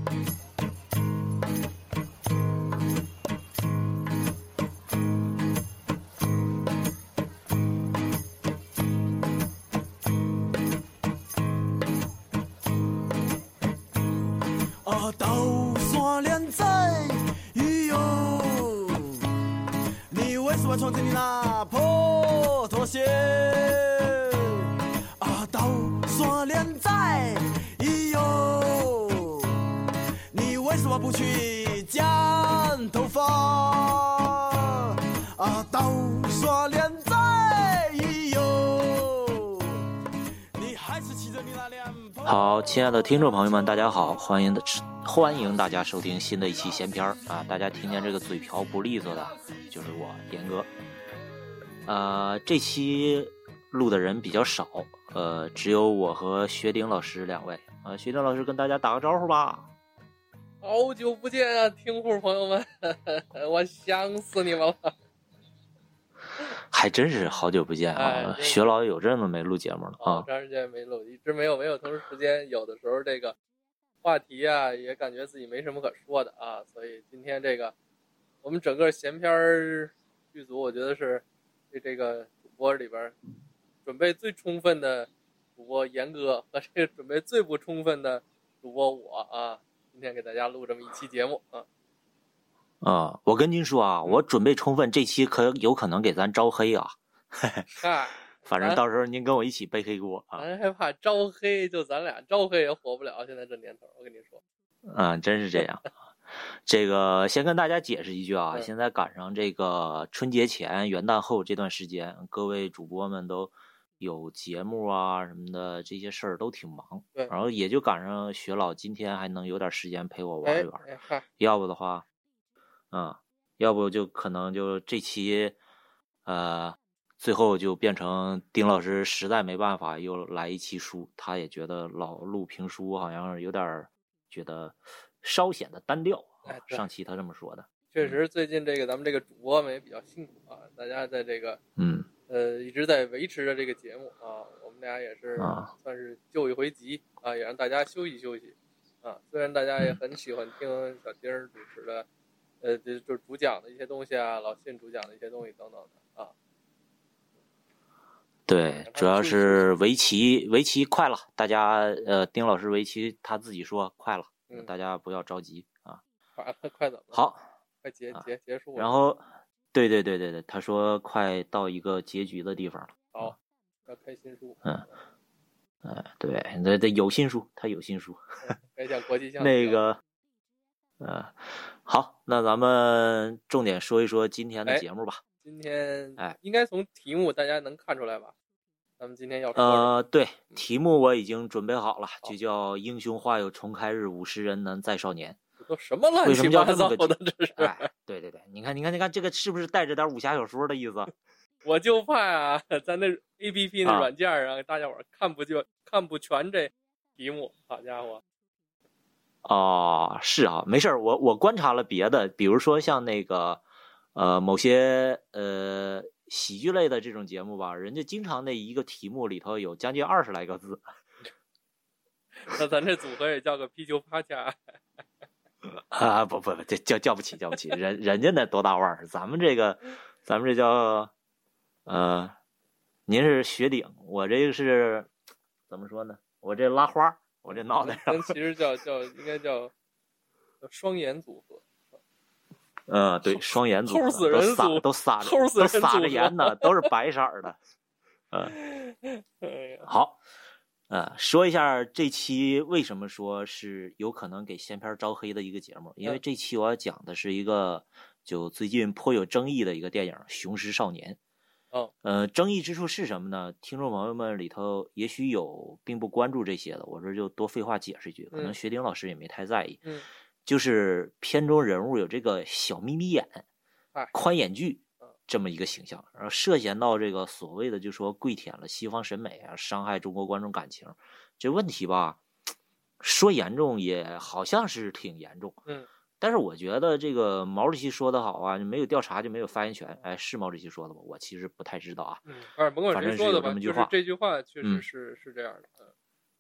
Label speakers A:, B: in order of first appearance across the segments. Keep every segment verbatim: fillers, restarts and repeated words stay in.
A: 啊，刀山连在，咦呦，你为什么穿着你那破拖鞋？啊，刀山连在，咦呦，你为什么不去剪头发？啊，刀山连在，咦呦，你还是骑着你那辆。
B: 好，亲爱的听众朋友们，大家好，欢迎的欢迎大家收听新的一期闲篇啊！大家听见这个嘴瓢不利索的，就是我严哥。呃，这期录的人比较少，呃，只有我和学鼎老师两位。呃，学鼎老师跟大家打个招呼吧。
C: 好久不见啊，听户朋友们，我想死你们了。
B: 还真是好久不见啊！
C: 哎、
B: 学老有阵子没录节目了啊，
C: 好长时间没录，一直没有没有腾出时间。有的时候这个话题啊，也感觉自己没什么可说的啊，所以今天这个我们整个闲篇剧组，我觉得是对这个主播里边准备最充分的主播严哥和这个准备最不充分的主播我啊，今天给大家录这么一期节目啊。
B: 啊，我跟您说啊，我准备充分，这期可有可能给咱招黑啊。
C: 嗨，
B: 反正到时候您跟我一起背黑锅啊。
C: 咱还怕招黑，就咱俩招黑也火不了。现在这年头，我跟你说，
B: 嗯，真是这样。这个先跟大家解释一句啊，
C: 嗯、
B: 现在赶上这个春节前、元旦后这段时间，各位主播们都有节目啊什么的，这些事儿都挺忙。
C: 对，
B: 然后也就赶上学老今天还能有点时间陪我玩一玩。
C: 哎哎、
B: 要不的话。嗯，要不就可能就这期，呃，最后就变成丁老师实在没办法又来一期书，他也觉得老录评书好像有点觉得稍显得单调。
C: 哎、
B: 上期他这么说的。
C: 确实，最近这个咱们这个主播们也比较辛苦啊，大家在这个
B: 嗯
C: 呃一直在维持着这个节目啊，我们俩也是算是救一回急啊，也让大家休息休息啊。虽然大家也很喜欢听小丁主持的。呃，就就主讲的一些东西啊，老信主讲的一些东西等等的啊。
B: 对，主要是围棋，围棋快了，大家呃，丁老师围棋他自己说快了，
C: 嗯、
B: 大家不要着急啊。
C: 快快怎么了？
B: 好，
C: 快结结结束了。
B: 然后，对对对对对，他说快到一个结局的地方了。
C: 好，啊、要开新书。
B: 嗯。哎，对，那这有新书，他有新书。
C: 该讲国际象
B: 那个。呃，好，那咱们重点说一说今天的节目吧。
C: 哎、今天，
B: 哎，
C: 应该从题目大家能看出来吧？咱们今天要说
B: 呃，对，题目我已经准备好了，就叫“英雄话有重开日，五十人难再少年”。
C: 都什么乱七八糟的？这是、
B: 哎？对对对，你看，你看，你看，这个是不是带着点武侠小说的意思？
C: 我就怕啊，咱那 A P P 那软件啊，大家伙看不就看不全这题目，好家伙！
B: 哦，是啊，没事儿，我我观察了别的，比如说像那个，呃，某些呃喜剧类的这种节目吧，人家经常那一个题目里头有将近二十来个字。
C: 那咱这组合也叫个啤酒趴恰。
B: 啊，不不不，这叫叫不起，叫不起，人人家那多大腕儿，咱们这个，咱们这叫，呃，您是学鼎，我这个是怎么说呢？我这拉花。我这脑袋上，
C: 其实叫叫应该叫叫双眼组合。
B: 嗯，对，双眼组合，
C: 齁死人组，
B: 都撒着
C: 齁死人
B: 都撒着盐呢，都是白色的。嗯，好，呃，说一下这期为什么说是有可能给闲篇招黑的一个节目，因为这期我要讲的是一个就最近颇有争议的一个电影《雄狮少年》。
C: 哦，
B: 呃，争议之处是什么呢？听众朋友们里头也许有并不关注这些的，我这就多废话解释一句，可能学鼎老师也没太在意。
C: 嗯，
B: 就是片中人物有这个小眯眯眼、宽眼距这么一个形象，然后涉嫌到这个所谓的就说跪舔了西方审美啊，伤害中国观众感情，这问题吧，说严重也好像是挺严重。
C: 嗯。
B: 但是我觉得这个毛主席说的好啊，没有调查就没有发言权。哎，是毛主席说的吗？我其实不太知道啊。
C: 嗯，反正甭管谁说的吧，
B: 就是
C: 这句话确实是、
B: 嗯、
C: 是这样的。嗯，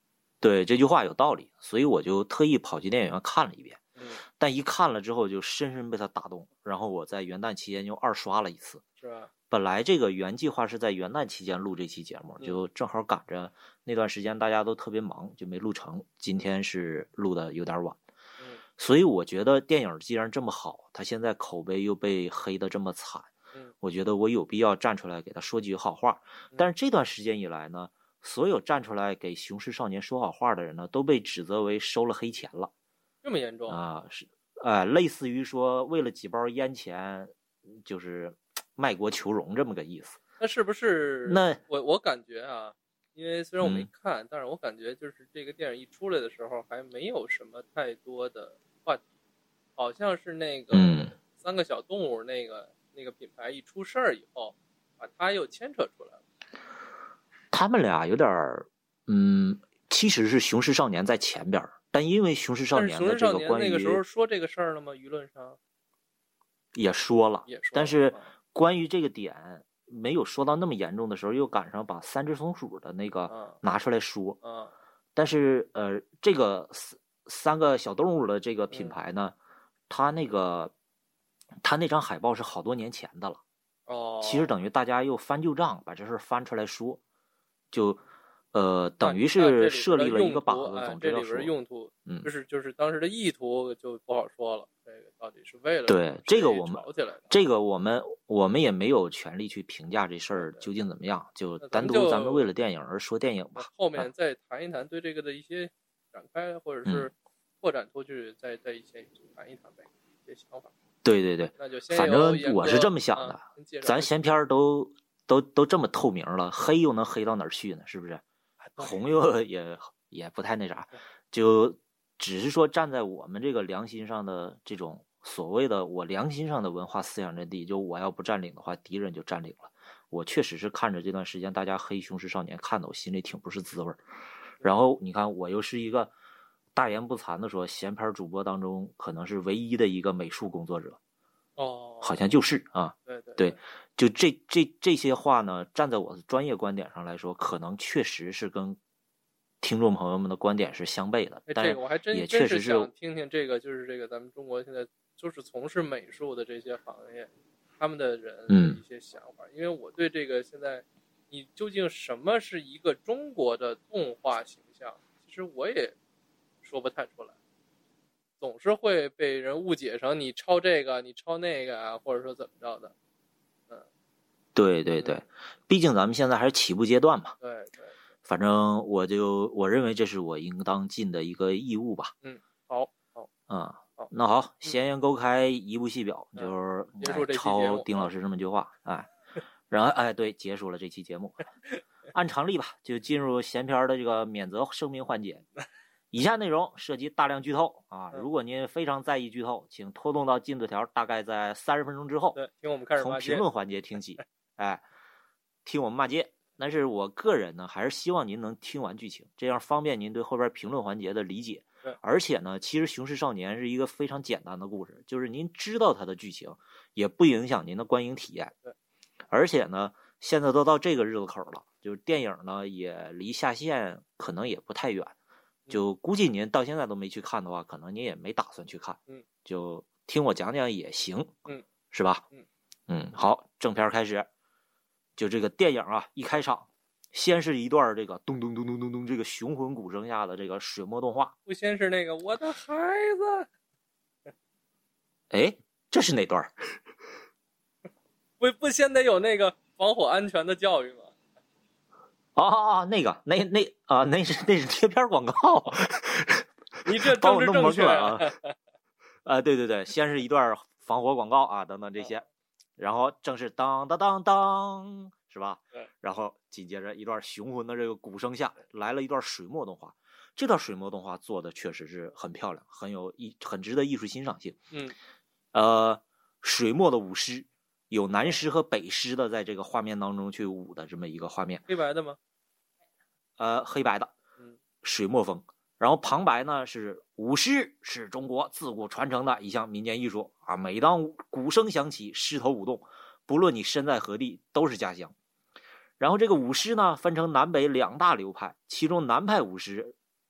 B: 对，这句话有道理，所以我就特意跑去电影院看了一遍。
C: 嗯，
B: 但一看了之后就深深被他打动，然后我在元旦期间又二刷了一次。
C: 是吧？
B: 本来这个原计划是在元旦期间录这期节目，就正好赶着那段时间大家都特别忙，就没录成。今天是录的有点晚，
C: 嗯，
B: 所以我觉得电影既然这么好，他现在口碑又被黑得这么惨，
C: 嗯，
B: 我觉得我有必要站出来给他说几句好话。但是这段时间以来呢，所有站出来给《雄狮少年》说好话的人呢，都被指责为收了黑钱了。
C: 这么严重
B: 啊？是，呃，类似于说为了几包烟钱，就是卖国求荣这么个意思。
C: 那是不是？
B: 那
C: 我我感觉啊，因为虽然我没
B: 嗯
C: 看，但是我感觉就是这个电影一出来的时候，还没有什么太多的话题，好像是那个
B: 嗯
C: 三个小动物那个那个品牌一出事儿以后，把它又牵扯出来了。
B: 他们俩有点儿，嗯，其实是《雄狮少年》在前边儿，但因为《雄狮少年》的这个关于
C: 那个时候说这个事儿了吗？舆论上
B: 也说了，
C: 也说了，
B: 但是关于这个点没有说到那么严重的时候，又赶上把三只松鼠的那个拿出来说。
C: 嗯，
B: 但是呃，这个三个小动物的这个品牌呢，
C: 嗯、
B: 它那个它那张海报是好多年前的了。
C: 哦，
B: 其实等于大家又翻旧账，把这事翻出来说，就呃等于是设立了一个靶子。总之要说，
C: 这里边用途，
B: 嗯，
C: 就是就是当时的意图就不好说了。这个到底是为了
B: 对这个我们
C: 吵起来的，
B: 这个我们我们也没有权利去评价这事儿究竟怎么样，就单独咱们为了电影而说电影吧。
C: 后面再谈一谈对这个的一些展开，或者是扩展出去，嗯、再再一些谈一谈呗，一些想法。
B: 对对对，
C: 那就先
B: 反正我是这么想的，
C: 啊、
B: 咱闲篇都都都这么透明了，黑又能黑到哪儿去呢？是不是？红又也也不太那啥，就只是说站在我们这个良心上的这种所谓的我良心上的文化思想阵地，就我要不占领的话，敌人就占领了。我确实是看着这段时间大家黑《雄狮少年》看的，我心里挺不是滋味。然后你看，我又是一个大言不惭的说，闲篇主播当中可能是唯一的一个美术工作者。
C: 哦，
B: 好像就是啊，
C: 对对
B: 对，就这这这些话呢，站在我的专业观点上来说，可能确实是跟听众朋友们的观点是相悖的。但
C: 这个我还真
B: 也确实
C: 是想听听这个，就是这个咱们中国现在就是从事美术的这些行业，他们的人的一些想法。嗯、因为我对这个现在，你究竟什么是一个中国的动画形象，其实我也说不太出来。总是会被人误解成你抄这个，你抄那个啊，或者说怎么着的，嗯，
B: 对对对，嗯、毕竟咱们现在还是起步阶段嘛。
C: 对对。
B: 反正我就我认为这是我应当尽的一个义务吧。
C: 嗯，好，好，
B: 嗯，
C: 好，
B: 那好，闲言勾开一部戏表，
C: 嗯、
B: 就是
C: 结束这期
B: 节目抄丁老师这么句话，哎，然后哎对，结束了这期节目，按常例吧，就进入闲篇的这个免责声明环节。以下内容涉及大量剧透啊！如果您非常在意剧透，请拖动到进度条大概在三十分钟之后，
C: 对，听我们开始
B: 从评论环节听起，哎，听我们骂街。但是我个人呢，还是希望您能听完剧情，这样方便您对后边评论环节的理解。
C: 对，
B: 而且呢，其实《雄狮少年》是一个非常简单的故事，就是您知道它的剧情，也不影响您的观影体验。
C: 对，
B: 而且呢，现在都到这个日子口了，就是电影呢也离下线可能也不太远。就估计您到现在都没去看的话，可能您也没打算去看，
C: 嗯，
B: 就听我讲讲也行，
C: 嗯，
B: 是吧？
C: 嗯
B: 嗯，好，正片开始，就这个电影啊，一开场，先是一段这个咚咚咚咚咚咚这个雄浑鼓声下的这个水墨动画，
C: 不先是那个我的孩子，
B: 哎，这是哪段？
C: 不不，先得有那个防火安全的教育吗？
B: 哦哦哦，那个，那那啊、呃，那是那是贴片广告，
C: 你这
B: 把我弄蒙圈啊！啊，对对对，先是一段防火广告啊，等等这些，嗯、然后正是当当当当，是吧？
C: 对。
B: 然后紧接着一段雄浑的这个鼓声下，来了一段水墨动画。这段水墨动画做的确实是很漂亮，很有艺，很值得艺术欣赏性。
C: 嗯。
B: 呃，水墨的舞狮。有南狮和北狮的在这个画面当中去舞的这么一个画面，
C: 黑白的吗？
B: 呃，黑白的，
C: 嗯，
B: 水墨风。然后旁白呢是舞狮是中国自古传承的一项民间艺术啊，每当鼓声响起，狮头舞动，不论你身在何地，都是家乡。然后这个舞狮呢分成南北两大流派，其中南派舞狮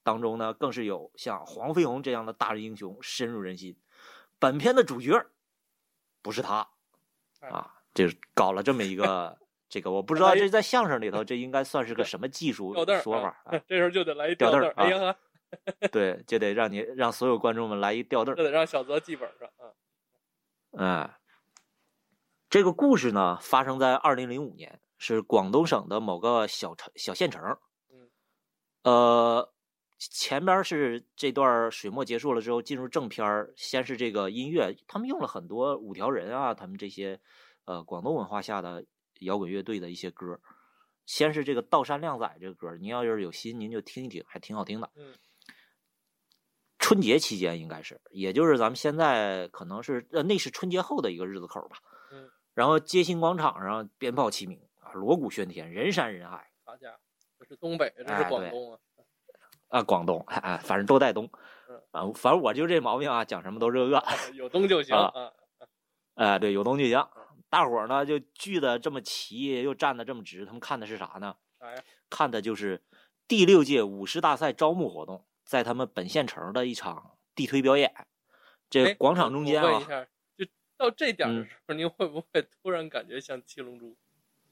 B: 当中呢，更是有像黄飞鸿这样的大人英雄深入人心。本片的主角不是他啊，这搞了这么一个这个，我不知道这在相声里头这应该算是个什么技术说法啊？
C: 这时候就得来一
B: 吊
C: 凳
B: 儿，
C: 哎呀，
B: 对，就得让你让所有观众们来一吊凳，
C: 就得让小泽记本上啊。
B: 哎，这个故事呢，发生在二零零五年，是广东省的某个小城小县城。
C: 嗯，
B: 呃，前边是这段水墨结束了之后，进入正片，先是这个音乐，他们用了很多五条人啊，他们这些呃广东文化下的摇滚乐队的一些歌。先是这个道山靓仔这个歌，您要是有心，您就听一听，还挺好听的。
C: 嗯。
B: 春节期间应该是，也就是咱们现在可能是呃，那是春节后的一个日子口吧。
C: 嗯。
B: 然后街心广场上鞭炮齐鸣啊，锣鼓喧天，人山人海。
C: 好家伙，这是东北，这是广东啊。
B: 哎、啊，广东，哎、啊，反正都带东。
C: 嗯。
B: 啊，反正我就这毛病啊，讲什么都这个。
C: 有东就行啊。
B: 哎、啊，对，有东就行。大伙儿呢就聚的这么齐，又站的这么直，他们看的是啥呢？
C: 啥呀？
B: 看的就是第六届舞狮大赛招募活动。在他们本县城的一场地推表演，这广场中间啊，
C: 我问一下，就到这点的时候，您、嗯、会不会突然感觉像七龙珠？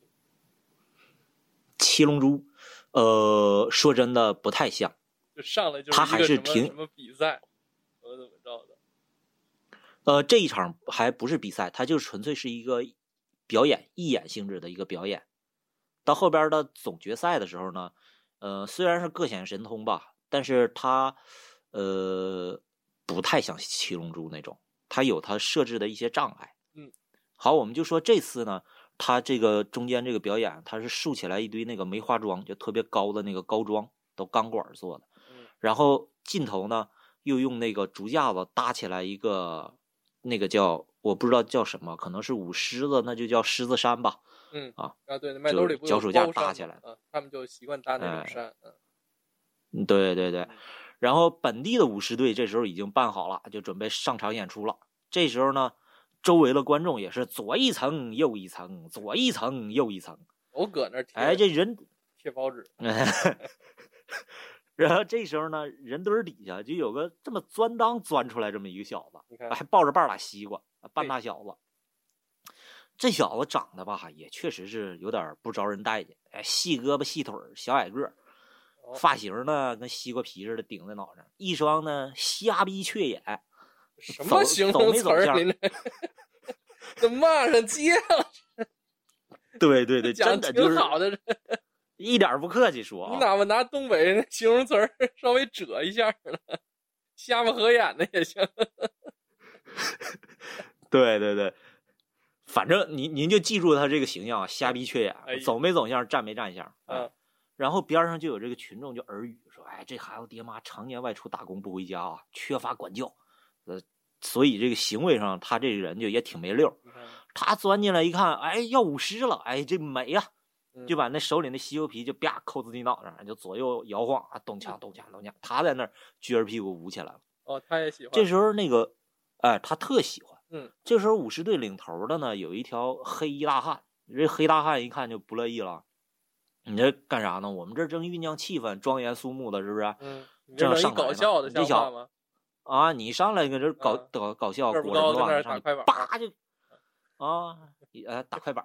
B: 七龙珠，呃，说真的不太像，
C: 就上来就是
B: 他还是挺
C: 什么比赛，我怎么着的？
B: 呃，这一场还不是比赛，它就纯粹是一个表演，义演性质的一个表演。到后边的总决赛的时候呢，呃，虽然是各显神通吧。但是它，呃，不太像七龙珠那种，它有它设置的一些障碍。
C: 嗯，
B: 好，我们就说这次呢，它这个中间这个表演，它是竖起来一堆那个梅花桩，就特别高的那个高桩，都钢管做的。
C: 嗯，
B: 然后尽头呢，又用那个竹架子搭起来一个，那个叫我不知道叫什么，可能是舞狮子，那就叫狮子山吧。
C: 嗯
B: 啊
C: 啊，对，麦兜里不
B: 脚手架搭起来
C: 啊，他们就习惯搭那种山。嗯。
B: 嗯，对对对，然后本地的舞狮队这时候已经办好了，就准备上场演出了。这时候呢，周围的观众也是左一层右一层，左一层右一层，
C: 我搁那贴，
B: 哎，这人
C: 贴报纸。
B: 然后这时候呢，人堆底下就有个这么钻裆钻出来这么一个小子，
C: 你看
B: 还抱着半拉西瓜，半大小子。这小子长得吧，也确实是有点不招人待见，哎，细胳膊细腿，小矮个。发型呢跟西瓜皮似的顶在脑上，一双呢瞎逼雀眼，
C: 什么形容词儿？您这怎么骂上街了？
B: 对对对，真的就是
C: 好的，
B: 一点不客气说啊。
C: 你哪怕拿东北那形容词儿稍微折一下呢？瞎巴合眼的也行。
B: 对对对，反正您您就记住他这个形象啊，瞎逼雀眼，
C: 哎、
B: 走没走相，站没站相啊。
C: 嗯
B: 然后边上就有这个群众就耳语说：“哎，这孩子爹妈常年外出打工不回家啊，缺乏管教。”呃，所以这个行为上，他这个人就也挺没溜。他钻进来一看，哎，要舞狮了，哎，这美呀、啊，就把那手里那西瓜皮就啪扣自己脑上，就左右摇晃啊，咚锵咚锵咚锵，他在那儿撅着屁股舞起来了。
C: 哦，他也喜欢。
B: 这时候那个，哎，他特喜欢。
C: 嗯，
B: 这时候舞狮队领头的呢，有一条黑衣大汉，这黑大汉一看就不乐意了。你这干啥呢？我们这正酝酿气氛，庄严肃穆的，是不是？
C: 嗯，
B: 正上
C: 搞笑的
B: 这小
C: 吗？
B: 啊，你上来搁这搞搞、嗯、搞笑，
C: 果
B: 人都往
C: 上打
B: 叭就啊，呃，打快板。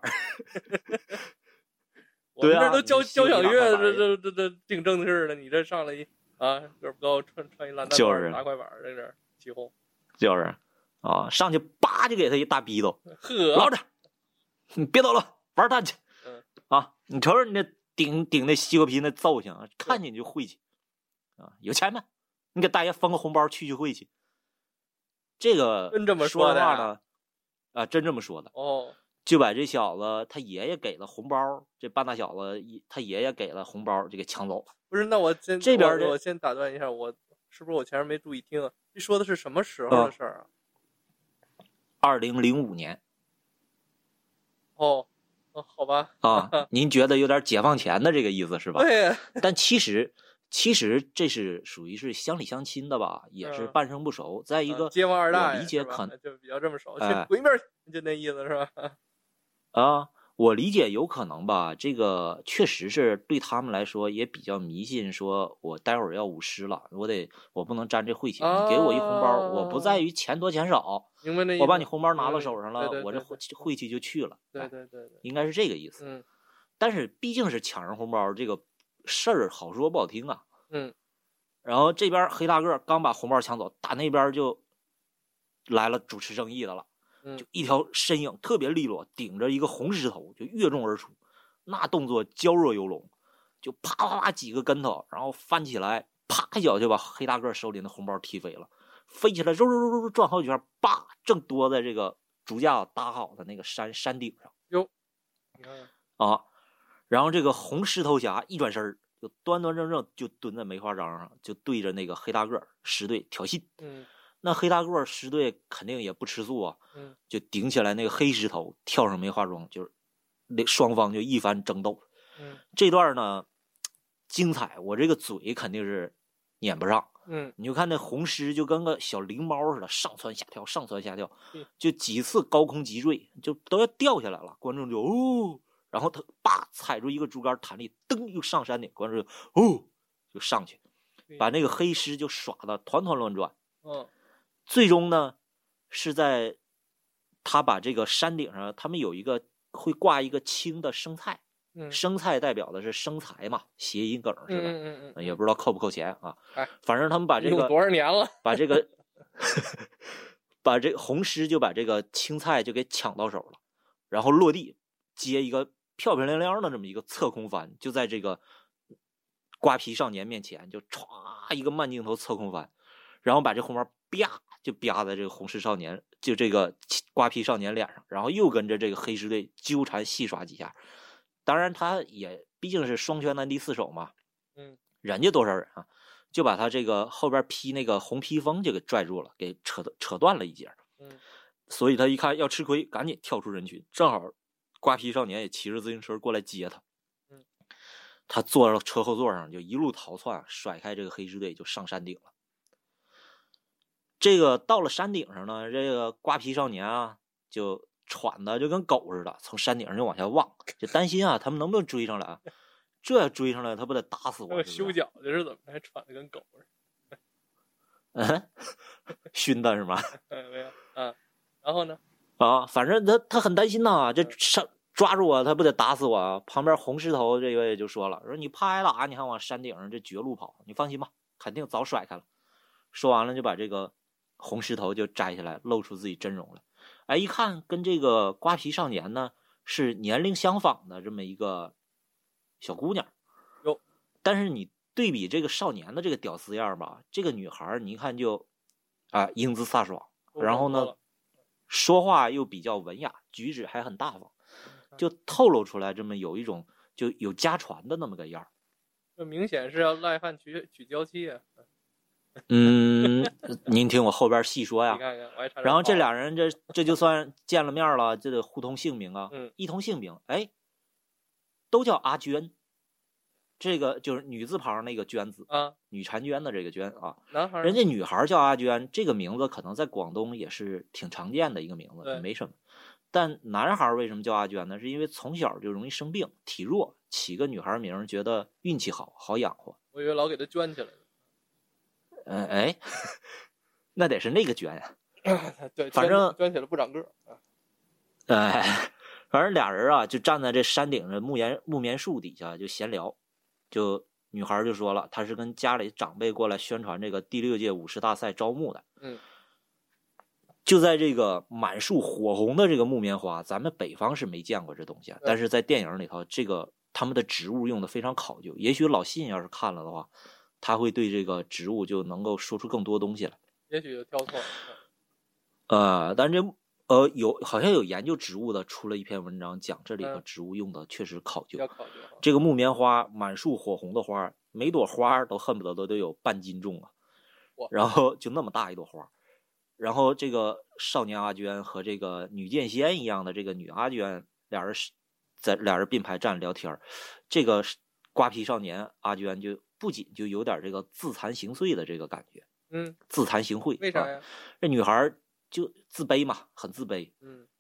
C: 我们这都交交响乐，这这这这挺正式的，你这上来一啊，个不高，穿穿一蓝大褂，打快板，在这起哄，
B: 就是啊，上去叭就给他一大逼斗，
C: 呵，
B: 老着，你别走了，玩蛋去。
C: 嗯
B: 啊，你瞅瞅你那顶顶那西瓜皮那造型，看见你就晦气啊！有钱没？你给大爷分个红包去去晦气。这个
C: 真这么说
B: 的话呢？啊，真这么说的
C: 哦。
B: 就把这小子他爷爷给的红包，这半大小子他爷爷给了红包就给抢走了。
C: 不是，那我先
B: 这边
C: 我, 我先打断一下，我是不是我前面没注意听啊？这说的是什么时候的事儿啊？
B: 二零零五年。
C: 哦。哦，好吧
B: 啊，您觉得有点解放前的这个意思是吧？
C: 对。
B: 但其实，其实这是属于是乡里乡亲的吧，也是半生不熟。
C: 嗯、
B: 再一个，
C: 街坊二大
B: 我理解可能
C: 就比较这么熟，
B: 哎、
C: 滚一边就那意思是吧？
B: 啊， 我理解有可能吧，这个确实是对他们来说也比较迷信，说我待会儿要舞狮了，我得我不能沾这晦气，
C: 啊、
B: 你给我一红包，我不在于钱多钱少，
C: 明白那意思，
B: 我把你红包拿到手上了，
C: 对对对对
B: 我这晦晦气就去了，
C: 对对对对，
B: 应该是这个意思。
C: 嗯，
B: 但是毕竟是抢人红包这个事儿，好说不好听啊。
C: 嗯，
B: 然后这边黑大个刚把红包抢走，打那边就来了主持正义的了。就一条身影特别利落，顶着一个红石头就跃众而出，那动作娇弱游龙，就啪啪啪几个跟头，然后翻起来，啪一脚就把黑大个手里的红包踢飞了，飞起来肉肉肉肉转好几圈，叭正多在这个竹架搭好的那个山山顶上。
C: 哟，你看看
B: 啊，然后这个红石头侠一转身就端端正正就蹲在梅花桩上，就对着那个黑大个狮队挑衅。
C: 嗯。
B: 那黑大个狮队肯定也不吃素啊，
C: 嗯，
B: 就顶起来那个黑石头，跳上梅花桩，就是那双方就一番争斗。
C: 嗯，
B: 这段呢精彩，我这个嘴肯定是撵不上。
C: 嗯，
B: 你就看那红狮就跟个小灵猫似的，上蹿下跳，上蹿下跳，
C: 嗯、
B: 就几次高空急坠，就都要掉下来了。观众就哦，然后他叭踩住一个竹竿弹力，噔又上山顶，观众就哦就上去，把那个黑狮就耍得团团乱转。
C: 嗯。
B: 最终呢，是在他把这个山顶上，他们有一个会挂一个青的生菜，
C: 嗯，
B: 生菜代表的是生财嘛，谐音梗是吧？
C: 嗯嗯嗯，
B: 也不知道扣不扣钱啊。
C: 哎，
B: 反正他们把这个
C: 多少年了，
B: 把这个把这个红狮就把这个青菜就给抢到手了，然后落地接一个漂漂亮亮的这么一个侧空翻，就在这个瓜皮少年面前就歘一个慢镜头侧空翻，然后把这红包啪就啪在这个红狮少年就这个瓜皮少年脸上，然后又跟着这个黑狮队纠缠戏耍几下。当然他也毕竟是双拳难敌四手嘛，
C: 嗯，
B: 人家多少人啊，就把他这个后边披那个红披风就给拽住了，给扯扯断了一截。
C: 嗯，
B: 所以他一看要吃亏，赶紧跳出人群，正好瓜皮少年也骑着自行车过来接他。
C: 嗯，
B: 他坐到车后座上就一路逃窜，甩开这个黑狮队就上山顶了。这个到了山顶上呢，这个瓜皮少年啊就喘的就跟狗似的，从山顶上就往下望，就担心啊他们能不能追上来啊？这要追上来他不得打死我？
C: 那个修脚的是怎么还喘的跟狗似的？
B: 嗯，熏的是吗？
C: 嗯，没有啊。然后呢？
B: 啊，反正他他很担心呐，这上抓住我，他不得打死我啊？旁边红石头这位就说了，说你怕挨打，你还往山顶上这绝路跑，你放心吧，肯定早甩开了。说完了就把这个红石头就摘下来，露出自己真容来。哎，一看跟这个瓜皮少年呢是年龄相仿的这么一个小姑娘，
C: 哟，
B: 但是你对比这个少年的这个屌丝样吧，这个女孩你一看就啊英姿飒爽，然后呢说话又比较文雅，举止还很大方，就透露出来这么有一种就有家传的那么个样。
C: 这明显是要赖汉娶娶娇妻啊。
B: 嗯，您听我后边细说呀。
C: 你看看，我还差点。
B: 然后这俩人这这就算见了面了，这得互通姓名啊。
C: 嗯，
B: 一通姓名，哎，都叫阿娟。这个就是女字旁那个娟字
C: 啊，
B: 女婵娟的这个娟啊。
C: 男孩，
B: 人家女孩叫阿娟，这个名字可能在广东也是挺常见的一个名字，没什么。但男孩为什么叫阿娟呢？是因为从小就容易生病，体弱，起个女孩名觉得运气好，好养活。
C: 我以为老给他圈起来了。
B: 嗯，哎，那得是那个娟呀、
C: 啊。对，
B: 反正
C: 圈起来不长个儿。
B: 哎，反正俩人啊，就站在这山顶上木棉木棉树底下就闲聊。就女孩就说了，她是跟家里长辈过来宣传这个第六届武士大赛招募的。
C: 嗯，
B: 就在这个满树火红的这个木棉花，咱们北方是没见过这东西，但是在电影里头，这个他们的植物用的非常考究。也许老信要是看了的话，他会对这个植物就能够说出更多东西来。
C: 也许就挑错了。
B: 呃，但这呃有好像有研究植物的出了一篇文章，讲这里的植物用的确实考究。
C: 嗯、考究
B: 这个木棉花满树火红的花，每朵花都恨不得都得有半斤重啊，然后就那么大一朵花。然后这个少年阿娟和这个女剑仙一样的这个女阿娟，俩人在俩人并排站聊天，这个瓜皮少年阿娟就不仅就有点这个自惭形秽的这个感觉，
C: 嗯，
B: 自惭形秽。
C: 为啥呀？
B: 啊、这女孩就自卑嘛，很自卑。
C: 嗯，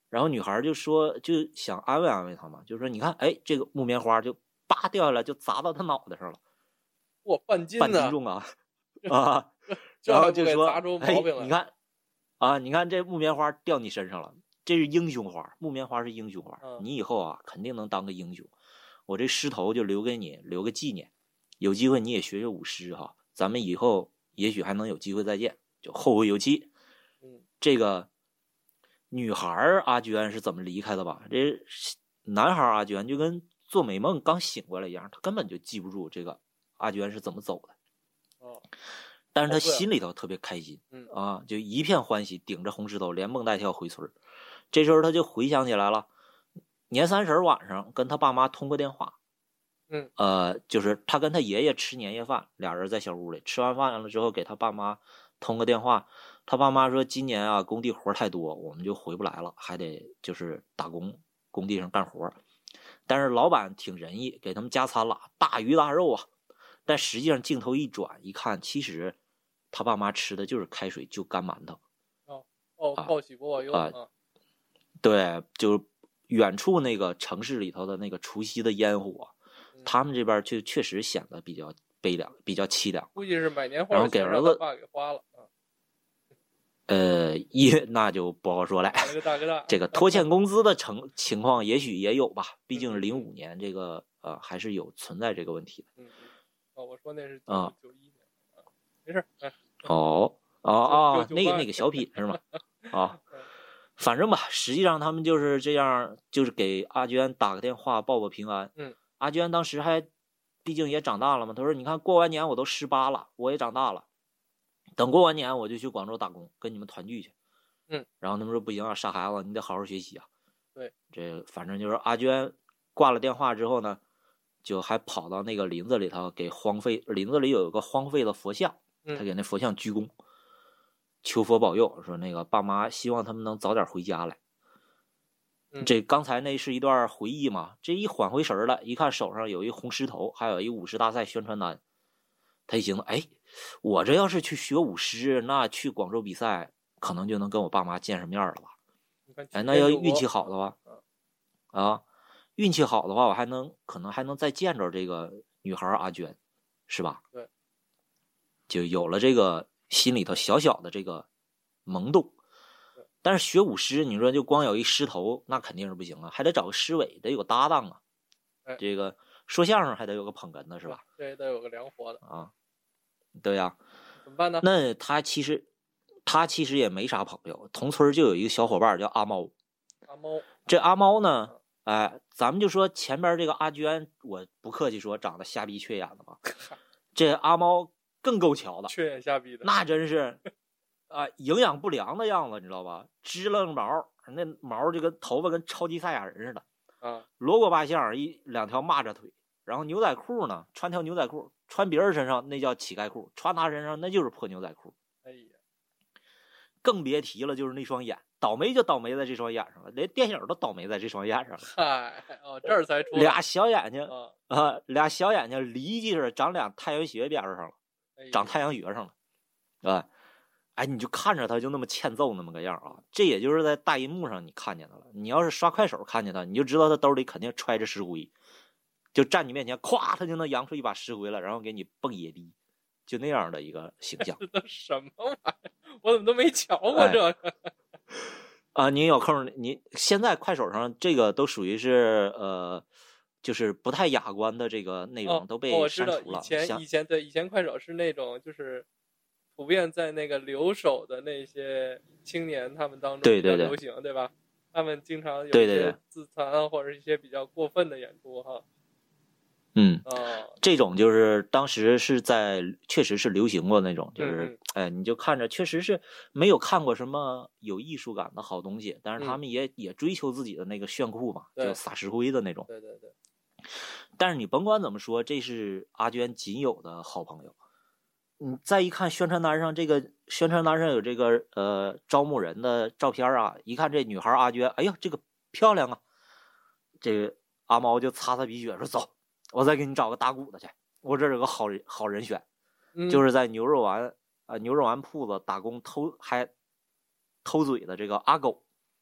B: 然后女孩就说，就想安慰安慰他嘛，就说你看，哎，这个木棉花就叭掉下来，就砸到他脑袋上了，
C: 哇，半斤
B: 半
C: 呢，
B: 斤重啊啊！
C: 这
B: 然后就说，
C: 砸出毛
B: 哎
C: 病，来
B: 你看啊，你看这木棉花掉你身上了，这是英雄花，木棉花是英雄花，
C: 嗯、
B: 你以后啊肯定能当个英雄。我这狮头就留给你，留个纪念，有机会你也学学舞狮哈，咱们以后也许还能有机会再见，就后会有期。
C: 嗯，
B: 这个女孩阿娟是怎么离开的吧？这男孩阿娟就跟做美梦刚醒过来一样，他根本就记不住这个阿娟是怎么走的。
C: 哦，
B: 但是他心里头特别开心，
C: 嗯
B: 啊，就一片欢喜，顶着红石头连蹦带跳回村。这时候他就回想起来了，年三十晚上跟他爸妈通过电话，
C: 嗯，
B: 呃，就是他跟他爷爷吃年夜饭，俩人在小屋里吃完饭了之后，给他爸妈通个电话，他爸妈说今年啊工地活太多，我们就回不来了，还得就是打工，工地上干活。但是老板挺仁义，给他们加餐了，大鱼大肉啊。但实际上镜头一转一看，其实他爸妈吃的就是开水就干馒头。
C: 哦哦，报喜不报忧
B: 啊、呃！对，就远处那个城市里头的那个除夕的烟火，
C: 嗯、
B: 他们这边就确实显得比较悲凉，比较凄凉。
C: 估计是买年货，
B: 然后给儿子
C: 爸给花了。啊、
B: 呃，一那就不好说了。
C: 大哥大
B: 这个拖欠工资的成情况也许也有吧，毕竟零五年这个呃还是有存在这个问题的。
C: 嗯哦，我说那是
B: 啊
C: 九一年啊，没事。哎、
B: 哦哦哦，那个那个小品是吗？啊。反正吧，实际上他们就是这样，就是给阿娟打个电话报报平安。
C: 嗯，
B: 阿娟当时还，毕竟也长大了嘛。他说：“你看，过完年我都十八了，我也长大了，等过完年我就去广州打工，跟你们团聚去。”
C: 嗯，
B: 然后他们说：“不行啊，傻孩子，你得好好学习啊。”
C: 对，
B: 这反正就是阿娟挂了电话之后呢，就还跑到那个林子里头给荒废，林子里有一个荒废的佛像，他给那佛像鞠躬。求佛保佑，说那个爸妈希望他们能早点回家来。
C: 嗯、
B: 这刚才那是一段回忆嘛，这一缓回神了，一看手上有一红狮头，还有一舞狮大赛宣传单，他一寻思，哎，我这要是去学舞狮，那去广州比赛可能就能跟我爸妈见上面了吧？哎，那要运气好的话，啊，运气好的话，我还能可能还能再见着这个女孩阿娟，是吧？
C: 对，
B: 就有了这个。心里头小小的这个萌动，但是学舞狮，你说就光有一狮头，那肯定是不行啊，还得找个狮尾，得有个搭档啊。
C: 哎、
B: 这个说相声还得有个捧哏的，是吧？
C: 对，得有个良活的
B: 啊。对呀、啊，
C: 怎么办呢？
B: 那他其实他其实也没啥朋友，同村就有一个小伙伴叫阿猫。
C: 阿猫，
B: 这阿猫呢，哎，咱们就说前边这个阿娟，我不客气说，长得瞎逼缺眼的嘛。这阿猫。更够巧的，
C: 缺眼瞎逼的，
B: 那真是啊，营养不良的样子，你知道吧？支棱毛，那毛就跟头发跟超级赛亚人似的
C: 啊，
B: 罗锅巴相，一两条蚂蚱腿，然后牛仔裤呢，穿条牛仔裤，穿别人身上那叫乞丐裤，穿他身上那就是破牛仔裤。
C: 哎呀，
B: 更别提了，就是那双眼，倒霉就倒霉在这双眼上了，连电影都倒霉在这双眼上了。
C: 嗨，哦，这儿才出
B: 俩小眼睛
C: 啊、
B: 呃，俩小眼睛离奇似的长俩太阳穴边上了。长太阳穴上了，啊，哎，你就看着他就那么欠揍那么个样啊，这也就是在大银幕上你看见他了。你要是刷快手看见他，你就知道他兜里肯定揣着石灰，就站你面前，咵，他就能扬出一把石灰来，然后给你蹦野迪，就那样的一个形象。
C: 这都什么玩意儿？我怎么都没瞧过这个？
B: 哎、啊，您有空，您现在快手上这个都属于是呃。就是不太雅观的这个内容都被删除了。
C: 哦、以前以前对以前快手是那种就是普遍在那个留守的那些青年他们当中比较流行， 对, 对, 对, 对吧？他们经常有一些自残或者一些比较过分的演出哈。
B: 嗯，
C: 哦，
B: 这种就是当时是在确实是流行过那种，就是、
C: 嗯、
B: 哎，你就看着确实是没有看过什么有艺术感的好东西，但是他们也、嗯、也追求自己的那个炫酷嘛，就撒石灰的那种。
C: 对对对。
B: 但是你甭管怎么说，这是阿娟仅有的好朋友。你再一看宣传单上，这个宣传单上有这个呃招募人的照片啊，一看这女孩阿娟，哎呀，这个漂亮啊！这个阿猫就擦擦鼻血说：“走，我再给你找个打鼓的去，我这有个好人好人选，
C: 嗯、
B: 就是在牛肉丸啊、呃、牛肉丸铺子打工偷还偷嘴的这个阿狗。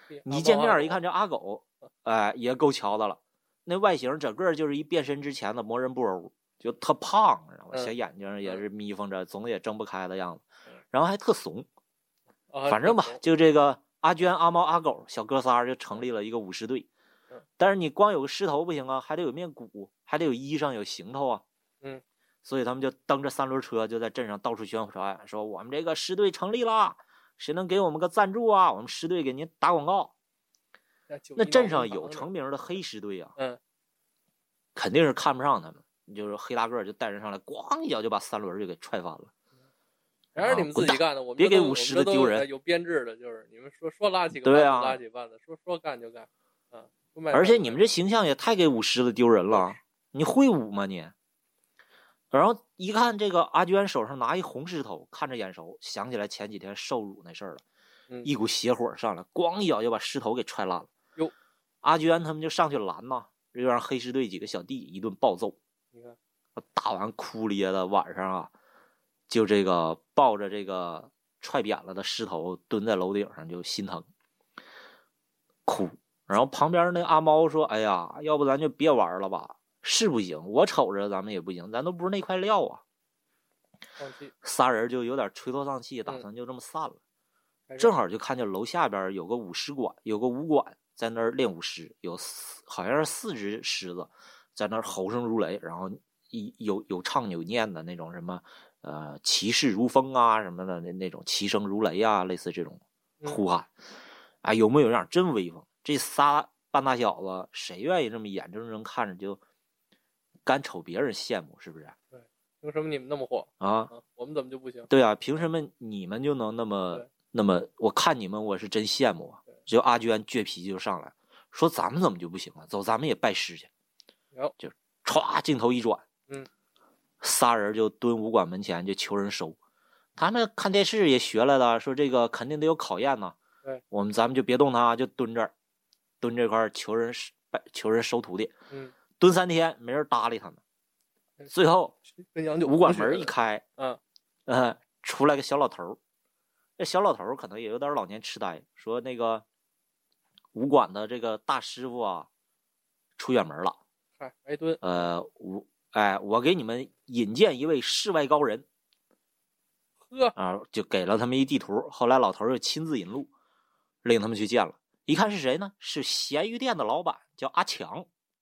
B: 你见面一看这阿狗，哎，也够瞧的了。那外形整个就是一变身之前的魔人布欧，就特胖，然后小眼睛也是眯缝着，总也睁不开的样子，然后还特怂。反正吧，就这个阿娟、阿猫、阿狗小哥仨就成立了一个武士队。但是你光有个狮头不行啊，还得有面骨，还得有衣裳，有行头啊。
C: 嗯，
B: 所以他们就蹬着三轮车就在镇上到处宣传，说我们这个狮队成立了，谁能给我们个赞助啊？我们狮队给您打广告。那镇上有成名的黑狮队啊，
C: 嗯，
B: 肯定是看不上他们，就是黑大个就带人上来，咣一脚就把三轮就给踹翻了。
C: 还是你们自己干的，我们
B: 别给舞狮的丢人。
C: 有编制的，就是你们说说拉起个
B: 对啊，
C: 拉起绊子，说说干就干啊。
B: 而且你们这形象也太给舞狮的丢人了，你会舞吗你？然后一看这个阿娟手上拿一红狮头，看着眼熟，想起来前几天受辱那事儿了，
C: 嗯、
B: 一股邪火上来，咣一脚就把狮头给踹烂了。
C: 哟，
B: 阿娟他们就上去拦呐，又让黑狮队几个小弟一顿暴揍。
C: 你看，
B: 打完哭咧的晚上啊，就这个抱着这个踹扁了的狮头蹲在楼顶上就心疼哭。然后旁边那阿猫说：“哎呀，要不咱就别玩了吧？是不行，我瞅着咱们也不行，咱都不是那块料啊。”仨人就有点垂头丧气，打算就这么散了。嗯、正好就看见楼下边有个舞狮馆，有个武馆在那儿练舞狮，有四好像是四只狮子在那儿吼声如雷，然后有有唱有念的那种什么呃气势如风啊什么的那那种齐声如雷啊，类似这种呼喊，啊、嗯哎、有模有样，真威风。这仨半大小子，谁愿意这么眼睁睁看着就干瞅别人羡慕，是不是？
C: 对，凭什么你们那么火
B: 啊？
C: 啊我们怎么就不行？
B: 对啊，凭什么你们就能那么那么？我看你们，我是真羡慕啊！只有阿娟倔脾气就上来，说咱们怎么就不行了？走，咱们也拜师去。就歘，镜头一转，
C: 嗯，
B: 仨人就蹲武馆门前就求人收。他们看电视也学来了，说这个肯定得有考验呢。
C: 对，
B: 我们咱们就别动他，就蹲这儿。蹲这块求人求人收徒弟，
C: 嗯，
B: 蹲三天没人搭理他们，最后武馆门一开，
C: 嗯，
B: 呃，出来个小老头，这小老头可能也有点老年痴呆，说那个武馆的这个大师傅啊出远门了，
C: 哎，挨蹲，
B: 呃，我哎，我给你们引荐一位世外高人，
C: 呵
B: 啊，就给了他们一地图，后来老头又亲自引路，领他们去见了。一看是谁呢？是咸鱼店的老板，叫阿强。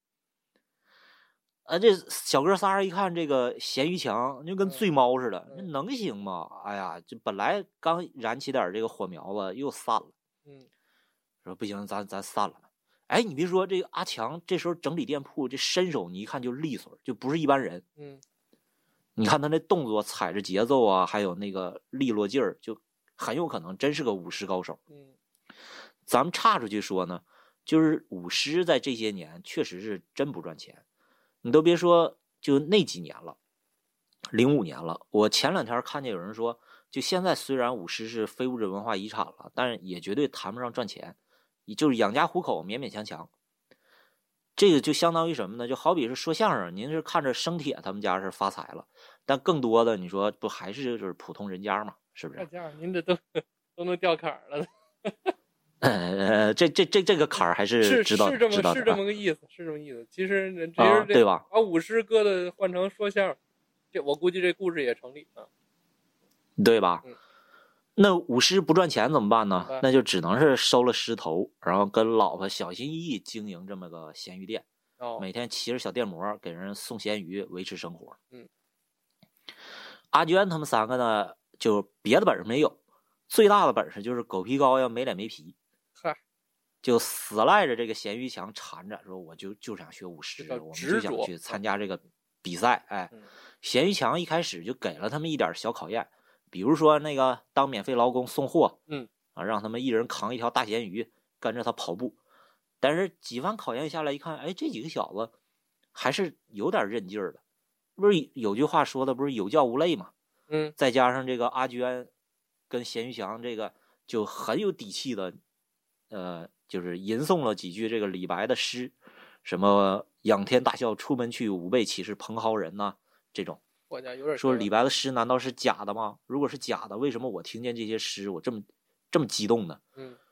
B: 啊，这小哥仨一看这个咸鱼强，就跟醉猫似的，那、嗯、能行吗？哎呀，这本来刚燃起点这个火苗子，又散了。
C: 嗯，
B: 说不行，咱咱散了吧。哎，你别说，这个阿强这时候整理店铺，这身手你一看就利索，就不是一般人。
C: 嗯，
B: 你看他那动作，踩着节奏啊，还有那个利落劲儿，就很有可能真是个武士高手。
C: 嗯。
B: 咱们岔出去说呢，就是舞狮在这些年确实是真不赚钱，你都别说就那几年了，零五年了。我前两天看见有人说，就现在虽然舞狮是非物质文化遗产了，但是也绝对谈不上赚钱，就是养家糊口勉勉强强。这个就相当于什么呢？就好比是说相声，您是看着生铁他们家是发财了，但更多的你说不还是就是普通人家嘛，是不是？
C: 这样您这都都能掉坎儿了。
B: 呃，这这这这个坎儿还是知道
C: 是这么
B: 知道的、啊、
C: 是这么个意思，是这么意思。其实其实这、
B: 啊、对吧？
C: 把舞狮搁的换成说相声，这我估计这故事也成立啊，
B: 对吧？
C: 嗯、
B: 那舞狮不赚钱怎么办呢？啊、那就只能是收了狮头，然后跟老婆小心翼翼经营这么个咸鱼店，
C: 哦、
B: 每天骑着小电摩给人送咸鱼维持生活。
C: 嗯，
B: 阿娟他们三个呢，就别的本事没有，最大的本事就是狗皮膏药没脸没皮。就死赖着这个咸鱼强缠着，说我就就想学舞狮，我们就想去参加这个比赛。哎，
C: 嗯、
B: 咸鱼强一开始就给了他们一点小考验，比如说那个当免费劳工送货，
C: 嗯
B: 啊，让他们一人扛一条大咸鱼跟着他跑步。但是几番考验下来一看，哎，这几个小子还是有点韧劲儿的。不是有句话说的不是有教无类嘛？
C: 嗯，
B: 再加上这个阿娟跟咸鱼强这个就很有底气的，呃。就是吟诵了几句这个李白的诗，什么仰天大笑出门去，吾辈岂是蓬蒿人呐、啊？这种，
C: 我家有点
B: 说李白的诗难道是假的吗？如果是假的，为什么我听见这些诗我这么这么激动呢？
C: 嗯，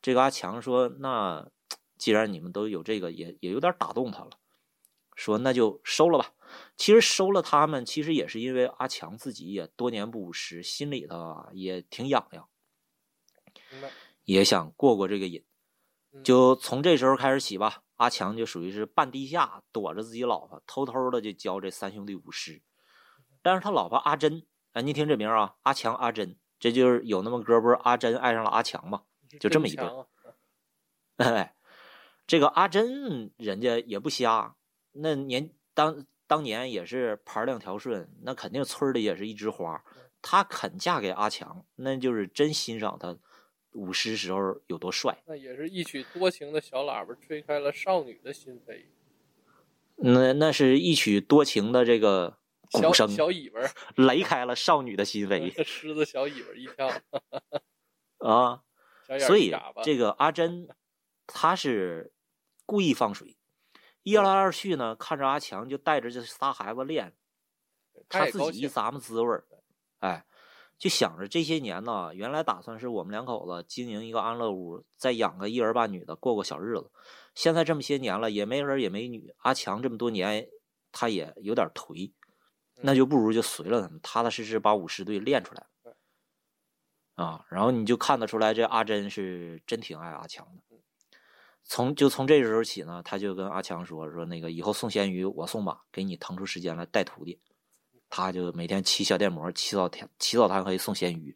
B: 这个阿强说，那既然你们都有这个，也也有点打动他了，说那就收了吧。其实收了他们，其实也是因为阿强自己也多年不舞狮，心里头啊也挺痒痒，也想过过这个瘾。就从这时候开始起吧，阿强就属于是半地下躲着自己老婆，偷偷的就教这三兄弟舞狮。但是他老婆阿珍，哎，您听这名啊，阿强阿珍，这就是有那么歌不是阿珍爱上了阿强嘛，就这么一对。哎，这个阿珍人家也不瞎，那年当当年也是盘量条顺，那肯定村里也是一枝花，她肯嫁给阿强，那就是真欣赏他舞狮时候有多帅。
C: 那也是一曲多情的小喇叭吹开了少女的心扉。
B: 那那是一曲多情的这个鼓声，
C: 小尾巴
B: 擂开了少女的心扉。
C: 狮子小尾巴一跳
B: 啊，所以这个阿珍他是故意放水，一来二去呢，看着阿强就带着这仨孩子练，他自己一咂摸滋味，哎，就想着这些年呢，原来打算是我们两口子经营一个安乐屋，再养个一儿半女的过过小日子。现在这么些年了，也没儿也没女，阿强这么多年他也有点颓，那就不如就随了他们，踏踏实实把舞狮队练出来啊。然后你就看得出来，这阿珍是真挺爱阿强的。从就从这时候起呢，他就跟阿强说说那个以后送咸鱼我送吧，给你腾出时间来带徒弟。他就每天骑小电摩，骑到天骑到他可以送咸鱼。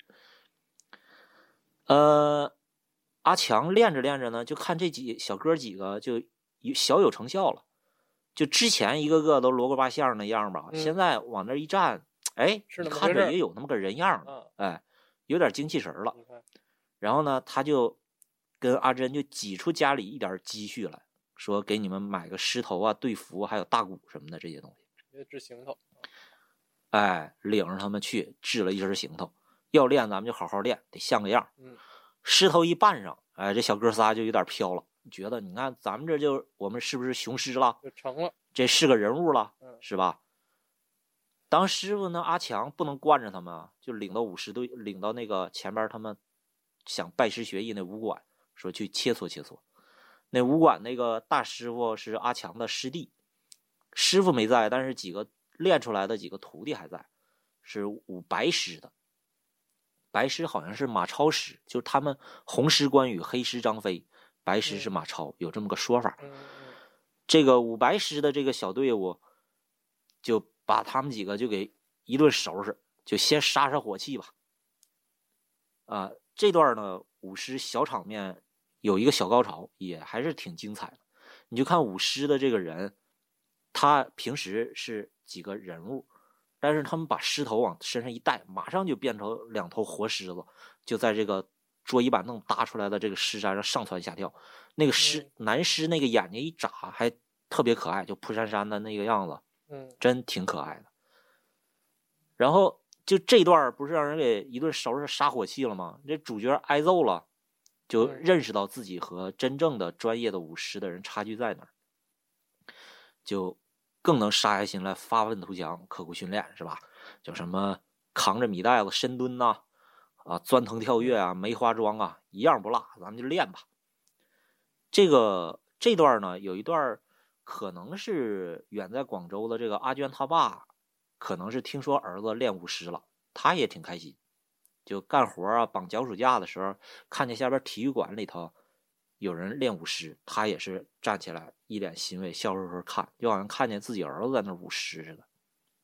B: 呃，阿强练着练着呢，就看这几小哥几个就小有成效了。就之前一个个都罗锅巴相那样吧，
C: 嗯、
B: 现在往那一站，哎，看着也有那么个人样
C: 了，
B: 哎，有点精气神了。然后呢，他就跟阿珍就挤出家里一点积蓄来，说给你们买个狮头啊、队服还有大鼓什么的这些东西，
C: 治行头。
B: 哎，领着他们去治了一身行头，要练咱们就好好练，得像个样。
C: 嗯，
B: 狮头一扮上，哎，这小哥仨就有点飘了，觉得你看咱们这就我们是不是雄狮了？
C: 就成了，
B: 这是个人物了，
C: 嗯、
B: 是吧？当师傅呢，阿强不能惯着他们，就领到舞狮队，领到那个前边他们想拜师学艺那武馆，说去切磋切磋。那武馆那个大师傅是阿强的师弟，师傅没在，但是几个练出来的几个徒弟还在，是舞白狮的。白狮好像是马超师，就是他们红狮关羽，黑狮张飞，白狮是马超，有这么个说法。这个舞白狮的这个小队伍，就把他们几个就给一顿收拾，就先杀杀火气吧。啊，这段呢，舞狮小场面有一个小高潮，也还是挺精彩的。你就看舞狮的这个人，他平时是几个人物，但是他们把狮头往身上一戴，马上就变成两头活狮子，就在这个桌椅板凳搭出来的这个狮山上上蹿下跳。那个狮男狮那个眼睛一眨，还特别可爱，就扑闪闪的那个样子，
C: 嗯，
B: 真挺可爱的。然后就这段不是让人给一顿收拾杀火气了吗？这主角挨揍了，就认识到自己和真正的专业的舞狮的人差距在哪儿，就更能杀下心来发愤图强，刻苦训练，是吧？就什么扛着米袋子深蹲呐、啊，啊，钻藤跳跃啊，梅花桩啊，一样不落，咱们就练吧。这个这段呢，有一段可能是远在广州的这个阿娟他爸，可能是听说儿子练舞狮了，他也挺开心。就干活啊，绑脚手架的时候，看见下边体育馆里头有人练舞狮，他也是站起来，一脸欣慰，笑呵呵看，就好像看见自己儿子在那舞狮似的。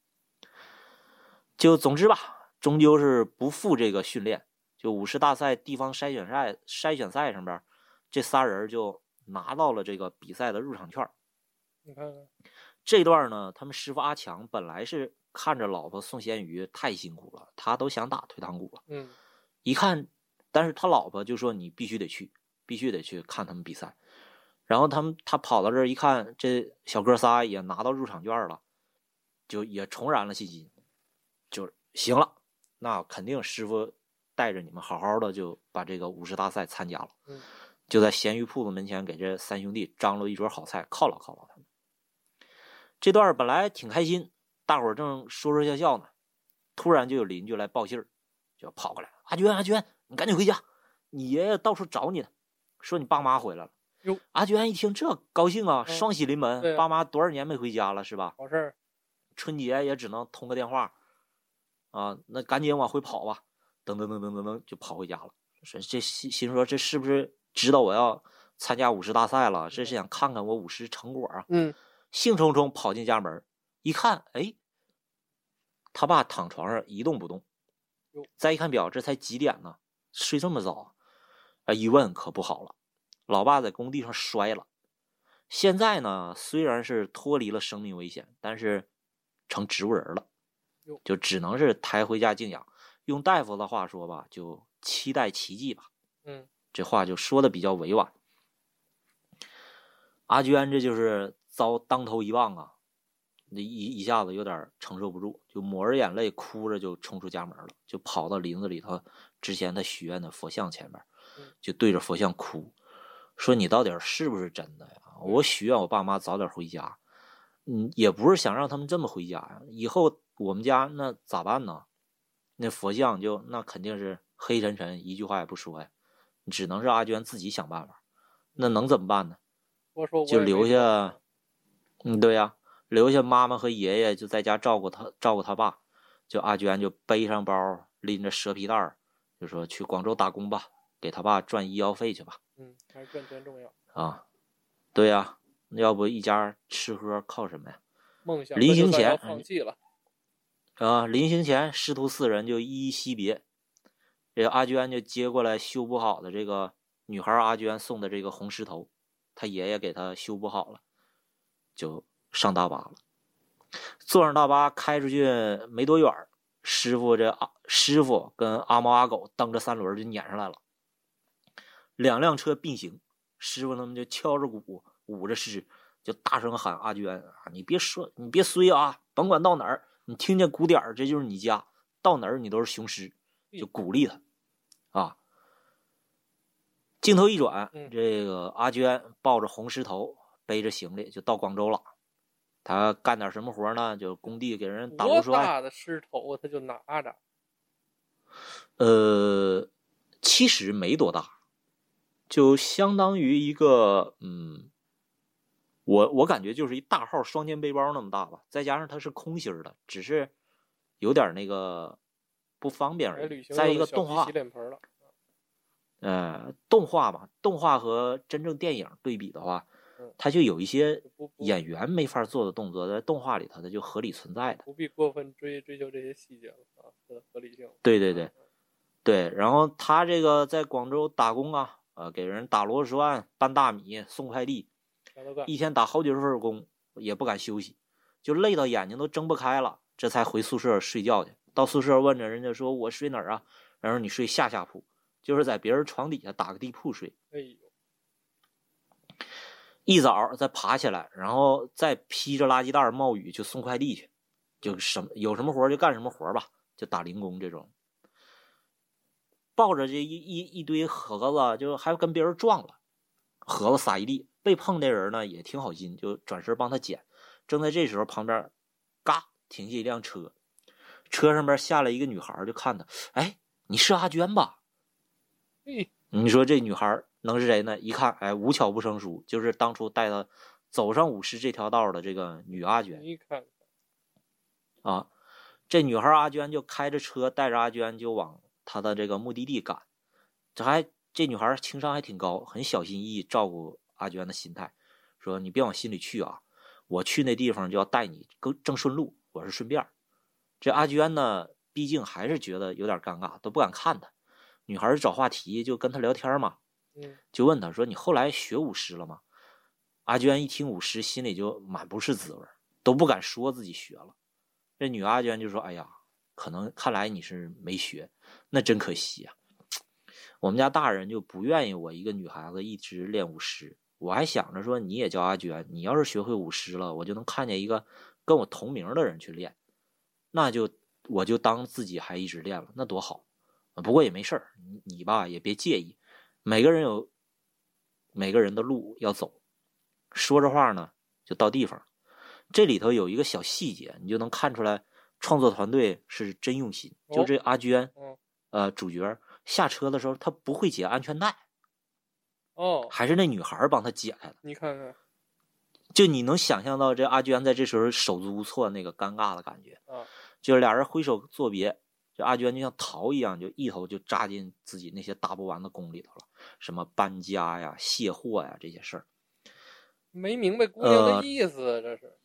B: 就总之吧，终究是不负这个训练。就舞狮大赛地方筛选赛筛选赛上边，这仨人就拿到了这个比赛的入场券。
C: 你看看
B: 这段呢，他们师傅阿强本来是看着老婆宋贤瑜太辛苦了，他都想打退堂鼓了。
C: 嗯，
B: 一看，但是他老婆就说你必须得去，必须得去看他们比赛。然后他们他跑到这儿一看，这小哥仨也拿到入场券了，就也重燃了信心，就行了，那肯定师傅带着你们好好的就把这个舞狮大赛参加了。
C: 嗯，
B: 就在咸鱼铺子门前给这三兄弟张罗一桌好菜犒劳犒劳他们。这段本来挺开心，大伙儿正说说笑笑呢，突然就有邻居来报信儿，就跑过来，阿娟阿娟，你赶紧回家，你爷爷到处找你呢， 说你爸妈回来了。
C: 哟，
B: 阿娟一听这高兴啊，
C: 嗯、
B: 双喜临门、
C: 啊，
B: 爸妈多少年没回家了是吧？
C: 好事儿。
B: 春节也只能通个电话啊，那赶紧往回跑吧，噔噔噔噔噔噔就跑回家了。说这心心说这是不是知道我要参加舞狮大赛了？这是想看看我舞狮成果啊。
C: 嗯，
B: 兴冲冲跑进家门，一看，哎，他爸躺床上一动不动。再一看表，这才几点呢？睡这么早啊？一问可不好了，老爸在工地上摔了。现在呢，虽然是脱离了生命危险，但是成植物人了，就只能是抬回家静养。用大夫的话说吧，就期待奇迹吧。
C: 嗯，
B: 这话就说的比较委婉。阿娟这就是遭当头一棒啊，一一下子有点承受不住，就抹着眼泪哭着就冲出家门了，就跑到林子里头之前他许愿的佛像前面，就对着佛像哭，说你到底是不是真的呀？我许愿我爸妈早点回家，嗯，也不是想让他们这么回家呀，以后我们家那咋办呢？那佛像就那肯定是黑沉沉，一句话也不说呀，只能是阿娟自己想办法。那能怎么办呢？
C: 我说我
B: 就留下，嗯，对呀，留下妈妈和爷爷就在家照顾他，照顾他爸。就阿娟就背上包，拎着蛇皮袋，就说去广州打工吧，给他爸赚医药费去吧。
C: 嗯，还是赚钱重要
B: 啊。对呀，要不一家吃喝靠什么呀？
C: 梦想
B: 临行前
C: 放弃了
B: 啊，临行前师徒四人就依依惜别。这个阿娟就接过来修补好的这个女孩阿娟送的这个红石头，他爷爷给他修补好了，就上大巴了。坐上大巴开出去没多远，师傅这啊师傅跟阿猫阿狗蹬着三轮就撵上来了，两辆车并行，师傅他们就敲着鼓舞着狮，就大声喊阿娟啊，你别说你别衰啊，甭管到哪儿，你听见鼓点这就是你家，到哪儿你都是雄狮，就鼓励他啊。镜头一转，这个阿娟抱着红石头，背着行李就到广州了。他干点什么活呢？就工地给人打螺栓。
C: 多大的石头他就拿着？
B: 呃，其实没多大，就相当于一个嗯，我我感觉就是一大号双肩背包那么大吧。再加上它是空心的，只是有点那个不方便而已。再一个动画。呃，动画吧，动画和真正电影对比的话，它就有一些演员没法做的动作，在动画里头它就合理存在的，
C: 不必过分追追求这些细节了啊，合理性。
B: 对对对，对。然后他这个在广州打工啊，呃，给人打螺栓、搬大米、送快递，一天打好几份工，也不敢休息，就累到眼睛都睁不开了，这才回宿舍睡觉去。到宿舍问着人家说：“我睡哪儿啊？”然后你睡下下铺。就是在别人床底下打个地铺睡，
C: 哎呦，
B: 一早再爬起来，然后再披着垃圾袋冒雨去送快递去，就什么有什么活就干什么活吧，就打零工这种。抱着这一一一堆盒子，就还跟别人撞了，盒子撒一地，被碰的人呢也挺好心，就转身帮他捡。正在这时候，旁边嘎停下一辆车，车上边下来一个女孩，就看他，哎，你是阿娟吧？你说这女孩能是谁呢？一看，哎，无巧不成书，就是当初带她走上舞狮这条道的这个女阿娟。
C: 你看，
B: 啊，这女孩阿娟就开着车带着阿娟就往她的这个目的地赶。这还这女孩情商还挺高，很小心翼翼照顾阿娟的心态，说你别往心里去啊，我去那地方就要带你正顺路，我是顺便。这阿娟呢，毕竟还是觉得有点尴尬，都不敢看她。女孩找话题就跟他聊天嘛，就问他说：“你后来学舞狮了吗？”阿娟一听舞狮，心里就满不是滋味，都不敢说自己学了。这女阿娟就说：“哎呀，可能看来你是没学，那真可惜啊。我们家大人就不愿意我一个女孩子一直练舞狮，我还想着说你也叫阿娟，你要是学会舞狮了，我就能看见一个跟我同名的人去练，那就我就当自己还一直练了，那多好。”不过也没事儿，你你吧也别介意，每个人有每个人的路要走。说着话呢，就到地方。这里头有一个小细节，你就能看出来创作团队是真用心。就这阿娟，呃，主角下车的时候他不会解安全带，
C: 哦，
B: 还是那女孩帮他解开的。
C: 你看看，
B: 就你能想象到这阿娟在这时候手足无措那个尴尬的感觉
C: 啊，
B: 就是俩人挥手作别，这阿娟就像逃一样，就一头就扎进自己那些打不完的工里头了，什么搬家呀、卸货呀这些事儿。
C: 没明白姑娘的意思，呃、这是。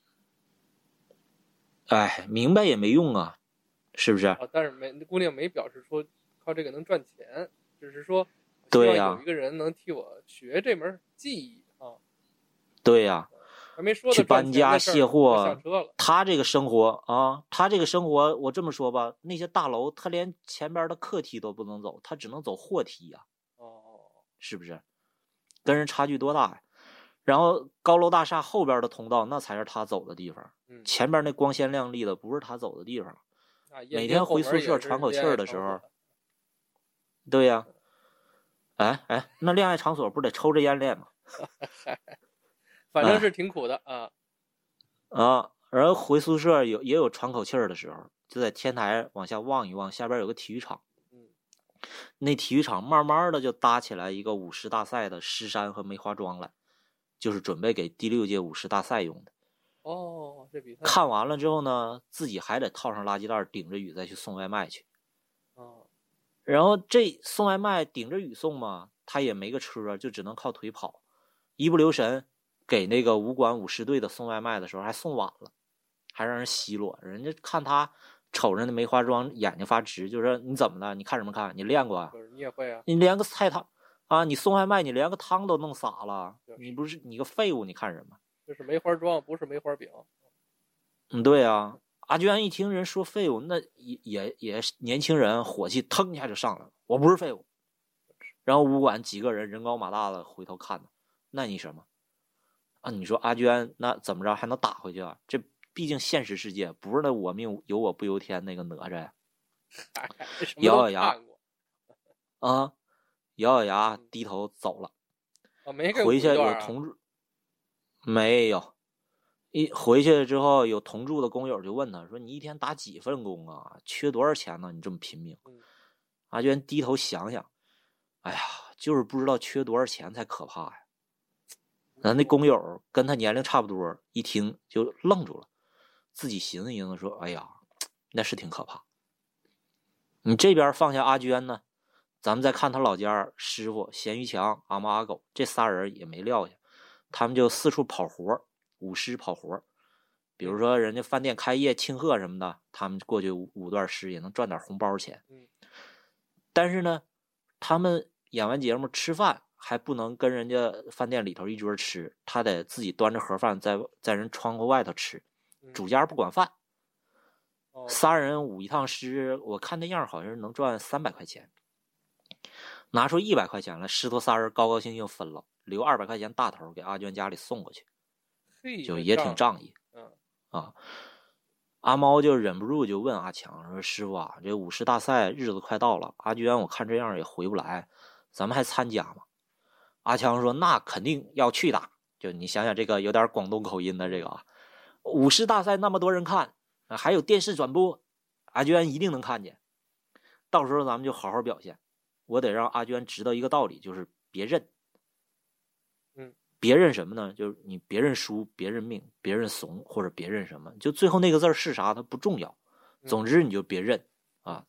B: 哎，明白也没用啊，是不是？
C: 啊，但是没姑娘没表示说靠这个能赚钱，只是说
B: 对呀、
C: 希望有一个人能替我学这门技艺啊。
B: 对呀、啊，
C: 还没说
B: 去搬家卸货，
C: 下车了。
B: 他这个生活啊，他这个生活，我这么说吧，那些大楼他连前边的客梯都不能走，他只能走货梯呀、
C: 啊。哦，
B: 是不是？跟人差距多大呀？然后高楼大厦后边的通道，那才是他走的地方。
C: 嗯，
B: 前边那光鲜亮丽的不是他走的地方。
C: 啊、
B: 每天回宿舍喘口气儿的时候，对呀、啊，哎哎，那恋爱场所不得抽着烟练吗？
C: 反正是挺苦的啊。
B: 啊，然后回宿舍有也有喘口气儿的时候，就在天台往下望一望，下边有个体育场。
C: 嗯，
B: 那体育场慢慢的就搭起来一个舞狮大赛的狮山和梅花桩来，就是准备给第六届舞狮大赛用的。
C: 哦，这比赛
B: 看完了之后呢，自己还得套上垃圾袋，顶着雨再去送外卖去。
C: 哦，
B: 然后这送外卖顶着雨送嘛，他也没个车，就只能靠腿跑。一不留神给那个武馆舞狮队的送外卖的时候还送晚了，还让人奚落。人家看他瞅着那梅花桩，眼睛发直，就说你怎么了？你看什么看？你练过啊？
C: 你也会啊？
B: 你连个菜汤啊，你送外卖你连个汤都弄洒了，你不是你个废物？你看什么？
C: 这是梅花桩，不是梅花饼。
B: 嗯，对啊。阿娟一听人说废物，那也也也年轻人火气腾一下就上来了。我不是废物。然后武馆几个人人高马大的回头看呢，那你什么啊？你说阿娟那怎么着还能打回去啊？这毕竟现实世界不是那我命由我不由天那个哪吒呀。咬咬牙啊，咬咬牙低头走了。
C: 啊，没
B: 回去有同住没有。一回去之后，有同住的工友就问他说：“你一天打几份工啊？缺多少钱呢？你这么拼命？”
C: 嗯、
B: 阿娟低头想想，哎呀，就是不知道缺多少钱才可怕呀。咱那工友跟他年龄差不多，一听就愣住了，自己寻思寻思说：“哎呀，那是挺可怕。”你这边放下阿娟呢，咱们再看他老家师傅咸鱼强、阿猫阿狗这仨人也没撂下，他们就四处跑活。舞狮跑活，比如说人家饭店开业庆贺什么的，他们过去舞舞段狮也能赚点红包钱。但是呢，他们演完节目吃饭还不能跟人家饭店里头一桌吃，他得自己端着盒饭在在人窗户外头吃，主家不管饭。仨人舞一趟狮，我看那样好像是能赚三百块钱，拿出一百块钱来，师徒仨人高高兴兴分了，留二百块钱大头给阿娟家里送过去。就也挺仗义，
C: 嗯
B: 啊，阿猫就忍不住就问阿强说：“师傅啊，这舞狮大赛日子快到了，阿娟我看这样也回不来，咱们还参加吗？”阿强说：“那肯定要去的。”就你想想这个有点广东口音的这个啊，舞狮大赛那么多人看，还有电视转播，阿娟一定能看见。到时候咱们就好好表现，我得让阿娟知道一个道理，就是别认。别认什么呢？就是你别认输，别认命，别认怂，或者别认什么，就最后那个字是啥它不重要，总之你就别认啊。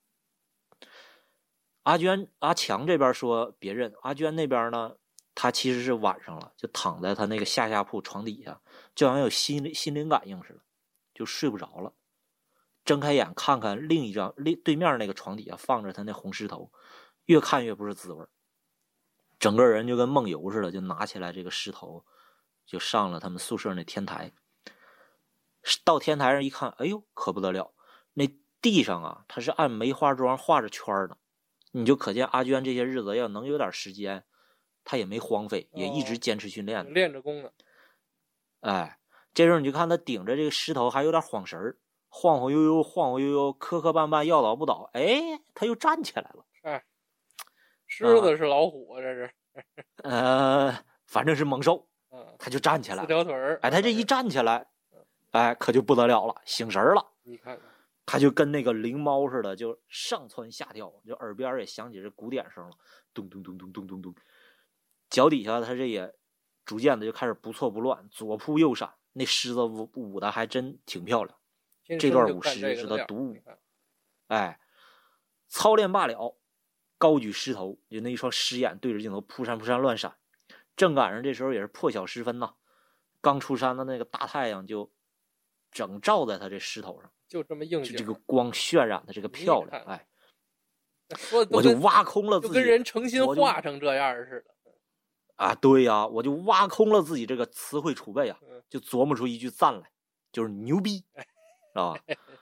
B: 阿娟阿强这边说别认，阿娟那边呢，他其实是晚上了，就躺在他那个下下铺床底下，就好像有心心灵感应似的，就睡不着了。睁开眼看看另一张另对面那个床底下放着他那红狮头，越看越不是滋味。整个人就跟梦游似的，就拿起来这个狮头，就上了他们宿舍那天台。到天台上一看，哎呦，可不得了！那地上啊，它是按梅花桩画着圈的，你就可见阿娟这些日子要能有点时间，她也没荒废，也一直坚持训练、
C: 哦，练着功呢。
B: 哎，这时候你就看他顶着这个狮头还有点晃神儿，晃晃悠悠，晃晃悠悠，磕磕绊绊，要倒不倒，哎，他又站起来了。
C: 哎。狮子是老虎啊，这是，
B: 呃，反正是猛兽，
C: 嗯，
B: 他就站起来，
C: 四条腿儿，
B: 哎，他这一站起来，哎，可就不得了了，醒神了。
C: 你看看，
B: 他就跟那个灵猫似的，就上蹿下跳，就耳边也响起这鼓点声了，咚咚咚咚咚咚咚。 脚底下他这也逐渐的就开始不错不乱，左扑右闪，那狮子舞舞的还真挺漂亮。这段舞狮是他独舞，哎，操练罢了，高举狮头，就那一双狮眼对着镜头扑闪扑闪乱闪。正赶上这时候也是破晓时分呐，刚出山的那个大太阳就整照在他这狮头上，
C: 就这么硬
B: 就这个光渲染的这个漂亮，哎，
C: 说
B: 我就挖空了自己，
C: 就跟人诚心画成这样似的。
B: 啊，对呀、啊，我就挖空了自己这个词汇储备啊，就琢磨出一句赞来，就是牛逼，啊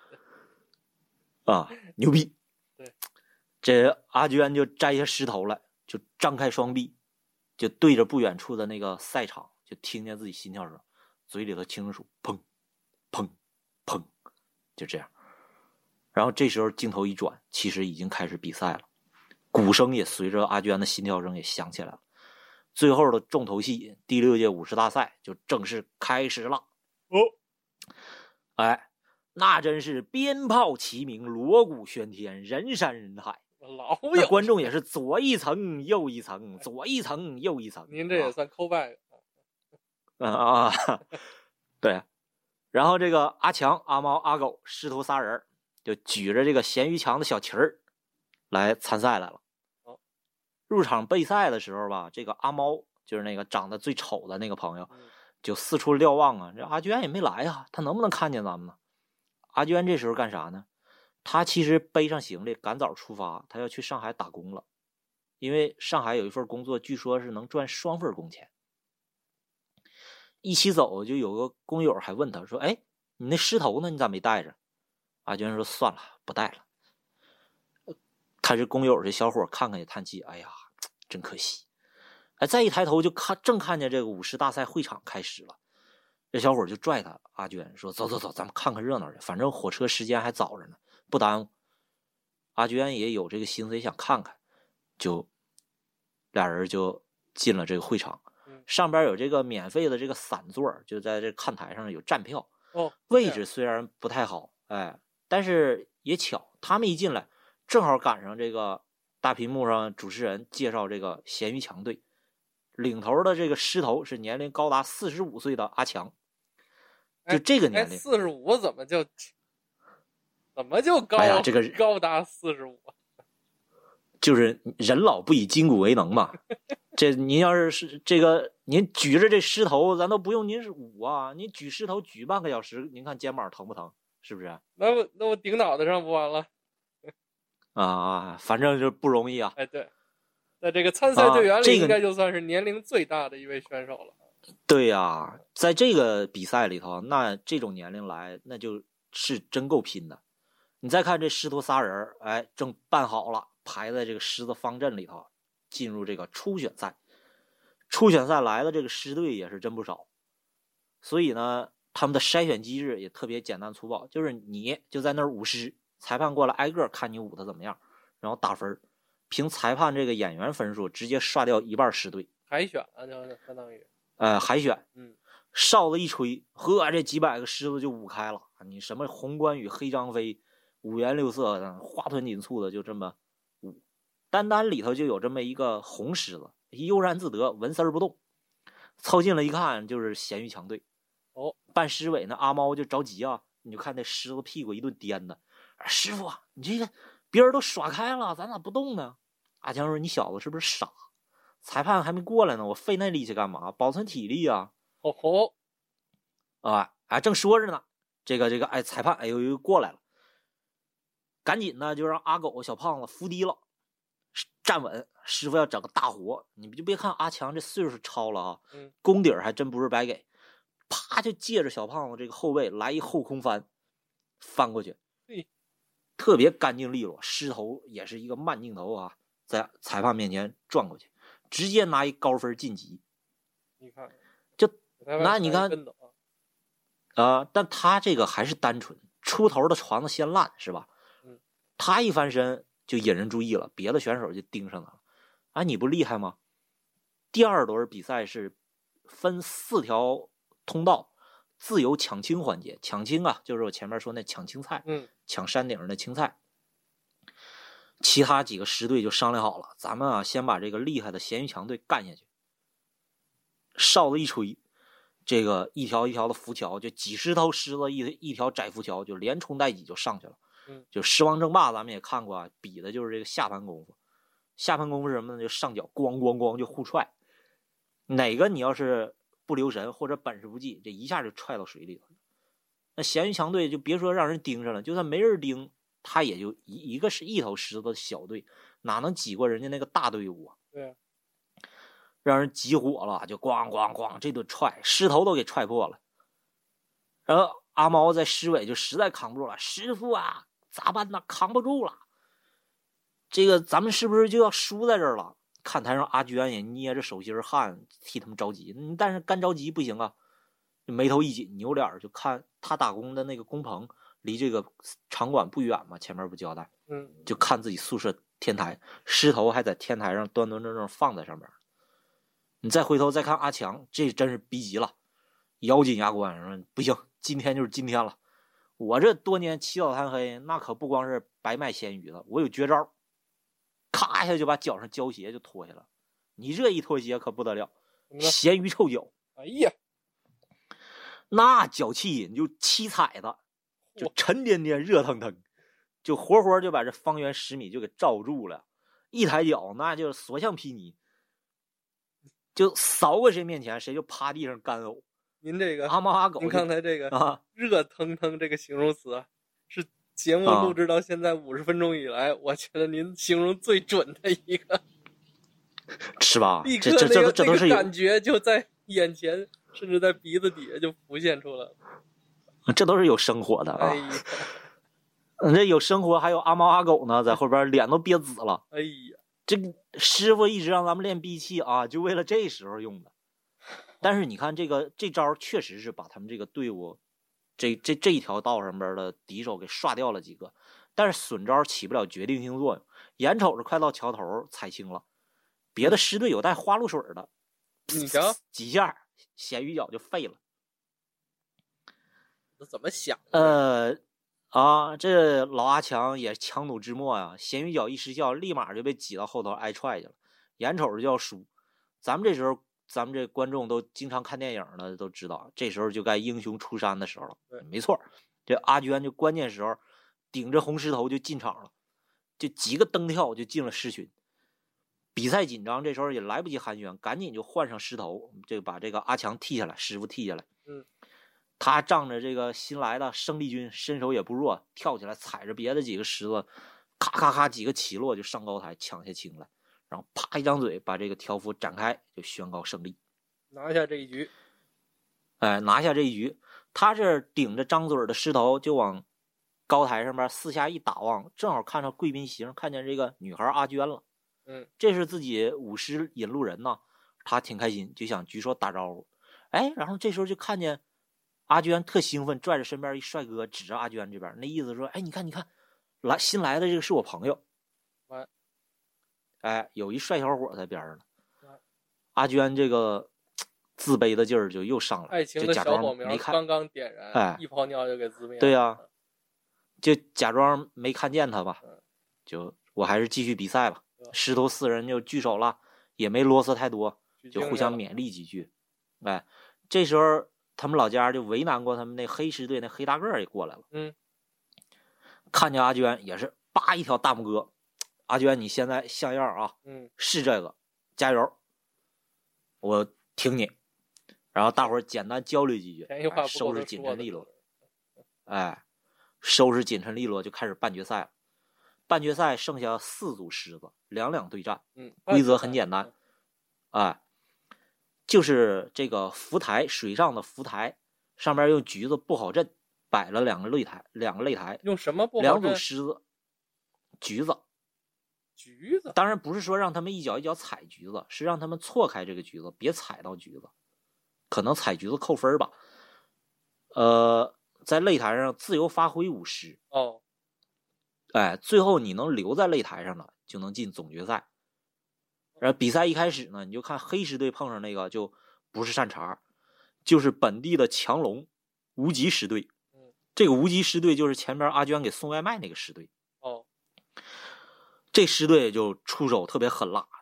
B: 啊，牛逼！
C: 对，
B: 这阿娟就摘下狮头来，就张开双臂，就对着不远处的那个赛场，就听见自己心跳声，嘴里头轻数砰砰砰，就这样。然后这时候镜头一转，其实已经开始比赛了，鼓声也随着阿娟的心跳声也响起来了。最后的重头戏，第六届武士大赛就正式开始了。
C: 哦，
B: 哎，那真是鞭炮齐鸣，锣鼓喧天，人山人海。
C: 老
B: 有观众也是左一层右一层，左一层右一层。
C: 您这也算call back
B: 啊啊！对，然后这个阿强、阿猫、阿狗师徒仨人就举着这个咸鱼强的小旗儿来参赛来了。入场备赛的时候吧，这个阿猫就是那个长得最丑的那个朋友，就四处瞭望啊。这阿娟也没来啊，他能不能看见咱们呢？阿娟这时候干啥呢？他其实背上行李，赶早出发，他要去上海打工了。因为上海有一份工作，据说是能赚双份工钱。一起走，就有个工友还问他说：“哎，你那狮头呢？你咋没带着？”阿娟说：“算了，不带了。”他这工友这小伙看看也叹气，哎呀，真可惜。哎，再一抬头就看，正看见这个武士大赛会场开始了。这小伙就拽他阿娟说：“走走走，咱们看看热闹去，反正火车时间还早着呢，不耽误。”阿娟也有这个心思，也想看看，就俩人就进了这个会场。上边有这个免费的这个散座，就在这看台上有站票。
C: 哦，
B: 位置虽然不太好，哎，但是也巧，他们一进来。正好赶上这个大屏幕上主持人介绍这个咸鱼强队，领头的这个狮头是年龄高达四十五岁的阿强，就这个年龄，
C: 四十五怎么就怎么就高？
B: 哎呀，这个
C: 高达四十五，
B: 就是人老不以筋骨为能嘛。这您要是是这个，您举着这狮头，咱都不用您是舞啊，您举狮头举半个小时，您看肩膀疼不疼？是不是？
C: 那我那我顶脑袋上不完了？
B: 啊，反正就不容易啊！
C: 哎，对，在这个参赛队员里，应该就算是年龄最大的一位选手了。啊
B: 这个、对呀、啊，在这个比赛里头，那这种年龄来，那就是真够拼的。你再看这师徒仨人，哎，正办好了，排在这个狮子方阵里头，进入这个初选赛。初选赛来的这个狮队也是真不少，所以呢，他们的筛选机制也特别简单粗暴，就是你就在那儿舞狮。裁判过来挨个看你舞的怎么样，然后打分，凭裁判这个演员分数直接刷掉一半狮队。
C: 海选啊，就相当于
B: 呃海选，
C: 嗯，
B: 哨子一吹，呵，这几百个狮子就舞开了。你什么红冠羽、黑张飞，五颜六色的，花团锦簇的，就这么舞。单单里头就有这么一个红狮子，悠然自得，纹丝不动。凑近了一看，就是咸鱼强队。
C: 哦，
B: 办狮尾呢，阿猫就着急啊，你就看那狮子屁股一顿颠的。师傅，你这个别人都耍开了，咱咋不动呢？阿强说：“你小子是不是傻？裁判还没过来呢，我费那力气干嘛？保存体力啊！”
C: 哦吼，
B: 啊，哎，正说着呢，这个这个，哎，裁判哎呦呦过来了，赶紧呢就让阿狗小胖子伏低了，站稳，师傅要整个大活。你就别看阿强这岁数超了啊，
C: 嗯，
B: 功底还真不是白给，啪就借着小胖子这个后背来一后空翻，翻过去。特别干净利落，狮头也是一个慢镜头啊，在裁判面前转过去，直接拿一高分晋级。
C: 你看，
B: 就那你看啊、呃，但他这个还是单纯，出头的床子先烂是吧？
C: 嗯，
B: 他一翻身就引人注意了，别的选手就盯上他了。啊，你不厉害吗？第二轮比赛是分四条通道。自由抢青环节，抢青啊，就是我前面说那抢青菜，
C: 嗯，
B: 抢山顶的青菜。其他几个狮队就商量好了，咱们啊先把这个厉害的咸鱼强队干下去， 哨子一吹，这个一条一条的浮桥，就几十头狮子一一条窄浮桥就连冲带挤就上去了。
C: 嗯，
B: 就狮王争霸咱们也看过啊，比的就是这个下盘功夫。下盘功夫是什么呢？就上脚咣咣咣就互踹，哪个你要是不留神或者本事不济，这一下就踹到水里头。那咸鱼强队就别说让人盯上了，就算没人盯，他也就一一个是一头狮子的小队，哪能挤过人家那个大队伍啊？
C: 对，
B: 让人急火了，就咣咣咣这顿踹，狮头都给踹破了。然后阿猫在狮尾就实在扛不住了，师傅啊，咋办呢？扛不住了，这个咱们是不是就要输在这儿了？看台上阿娟也捏着手心汗，替他们着急。但是干着急不行啊，眉头一紧，扭脸就看他打工的那个工棚离这个场馆不远嘛，前面不交代，
C: 嗯，
B: 就看自己宿舍天台，狮头还在天台上端端正正放在上面。你再回头再看阿强，这真是逼急了，咬紧牙关说不行，今天就是今天了。我这多年起早贪黑，那可不光是白卖鲜鱼了，我有绝招。咔一下就把脚上胶鞋就脱下了，你这一脱鞋可不得了，咸鱼臭脚。
C: 哎呀，
B: 那脚气瘾就七彩的，就沉甸甸热腾腾，就活活就把这方圆十米就给罩住了。一抬脚那就所向披靡，就扫过谁面前谁就趴地上干呕。
C: 您这个
B: 阿猫阿狗，
C: 您刚才这个
B: 啊
C: 热腾腾这个形容词啊，是节目录制到现在五十分钟以来，啊、我觉得您形容最准的一个，
B: 是吧？
C: 立刻
B: 这这这这都是
C: 那个感觉就在眼前，甚至在鼻子底下就浮现出来了。
B: 这都是有生活的啊！
C: 哎呀，
B: 嗯，这有生活，还有阿猫阿狗呢，在后边脸都憋紫了。
C: 哎呀，
B: 这个师傅一直让咱们练闭气啊，就为了这时候用的。但是你看这个这招确实是把他们这个队伍这这这一条道上边的敌手给刷掉了几个，但是损招起不了决定性作用。眼瞅着快到桥头踩清了，别的师队有带花露水的，
C: 你瞧
B: 几下咸鱼脚就废了。
C: 这怎么想的？
B: 呃啊，这老阿强也强弩之末呀，咸鱼脚一失效，立马就被挤到后头挨踹去了，眼瞅着就要输。咱们这时候。咱们这观众都经常看电影的都知道，这时候就该英雄出山的时候了。
C: 对，
B: 没错，这阿娟就关键时候顶着红狮头就进场了，就几个蹬跳就进了狮群。比赛紧张，这时候也来不及寒暄，赶紧就换上狮头，就把这个阿强踢下来，师傅踢下来。
C: 嗯，
B: 他仗着这个新来的生力军身手也不弱，跳起来踩着别的几个狮子，咔咔咔几个起落就上高台抢下青来。然后啪一张嘴把这个条幅展开，就宣告胜利，
C: 拿下这一局。
B: 哎，拿下这一局，他这顶着张嘴的狮头就往高台上边四下一打望，正好看到贵宾席上看见这个女孩阿娟了。
C: 嗯，
B: 这是自己舞狮引路人呐，他挺开心，就想举手打招呼。哎，然后这时候就看见阿娟特兴奋，拽着身边一帅哥，指着阿娟这边，那意思说：“哎，你看，你看，来新来的这个是我朋友。”哎，有一帅小伙在边上呢。阿娟这个自卑的劲儿就又上来，
C: 爱情的小火苗刚刚点燃，
B: 哎，
C: 一泡尿就给滋灭了。
B: 对呀、啊，就假装没看见他吧，就我还是继续比赛吧。师徒四人就聚首了，也没啰嗦太多，就互相勉励几句。哎，这时候他们老家就为难过他们那黑狮队那黑大个也过来了。
C: 嗯，
B: 看见阿娟也是叭一条大拇哥。阿娟，你现在像样啊，
C: 嗯，
B: 是这个，加油，我挺你。然后大伙儿简单交流几句，哎、收拾紧陈利落，哎，收拾紧陈利落就开始半决赛了。半决赛剩下四组狮子，两两对战，
C: 嗯，
B: 规则很简单，哎，就是这个浮台，水上的浮台上面用橘子布好阵，摆了两个擂台，两个擂台，
C: 用什么布好
B: 阵？两组狮子，橘子。
C: 橘子，
B: 当然不是说让他们一脚一脚踩橘子，是让他们错开这个橘子，别踩到橘子，可能踩橘子扣分吧。呃，在擂台上自由发挥舞狮
C: 哦，
B: 哎，最后你能留在擂台上了，就能进总决赛。然后比赛一开始呢，你就看黑狮队碰上那个就不是善茬，就是本地的强龙无极狮队。
C: 嗯，
B: 这个无极狮队就是前边阿娟给送外卖那个狮队。
C: 哦。
B: 这狮队就出手特别狠辣，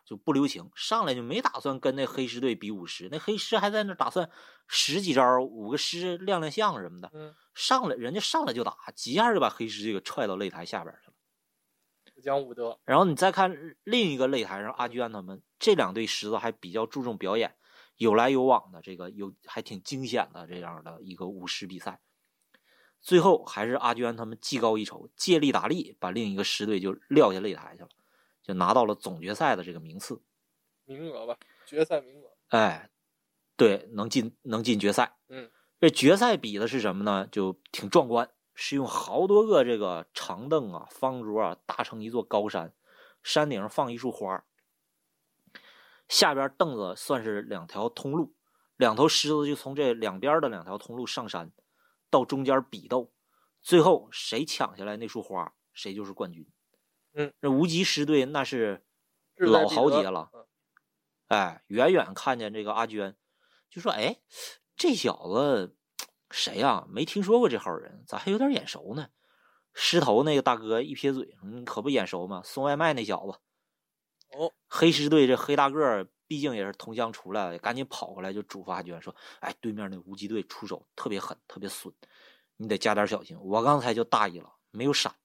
B: 就不留情，上来就没打算跟那黑狮队比武师，那黑狮还在那打算十几招五个狮亮亮相什么的，
C: 嗯，
B: 上来人家上来就打，几下就把黑狮这个踹到擂台下边去了，
C: 不讲武德。
B: 然后你再看另一个擂台上，阿娟他们这两队狮子还比较注重表演，有来有往的，这个有还挺惊险的这样的一个武狮比赛。最后还是阿娟他们技高一筹，借力打力，把另一个狮队就撂下擂台去了，就拿到了总决赛的这个名次，
C: 名额吧，决赛名额。
B: 哎，对，能进能进决赛。
C: 嗯，
B: 这决赛比的是什么呢？就挺壮观，是用好多个这个长凳啊、方桌啊搭成一座高山，山顶上放一束花，下边凳子算是两条通路，两头狮子就从这两边的两条通路上山，到中间比斗，最后谁抢下来那束花，谁就是冠军。
C: 嗯，
B: 这无极狮队那是老豪杰了。
C: 嗯、
B: 哎，远远看见这个阿娟，就说：“哎，这小子谁呀、啊？没听说过这号人，咋还有点眼熟呢？”狮头那个大哥一撇嘴：“你可不眼熟吗？送外卖那小子。”
C: 哦，
B: 黑狮队这黑大个毕竟也是同乡出来的，赶紧跑过来就嘱咐阿娟说：“哎，对面那无极队出手特别狠，特别损，你得加点小心。我刚才就大意了，没有闪。”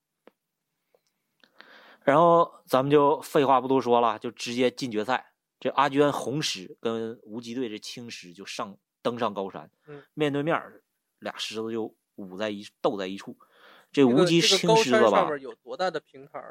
B: 然后咱们就废话不多说了，就直接进决赛。这阿娟红狮跟无极队这青狮就上登上高山，
C: 嗯、
B: 面对面，俩狮子就舞在一斗在一处。这无极青狮子吧，
C: 这个高山上面有多大的平台？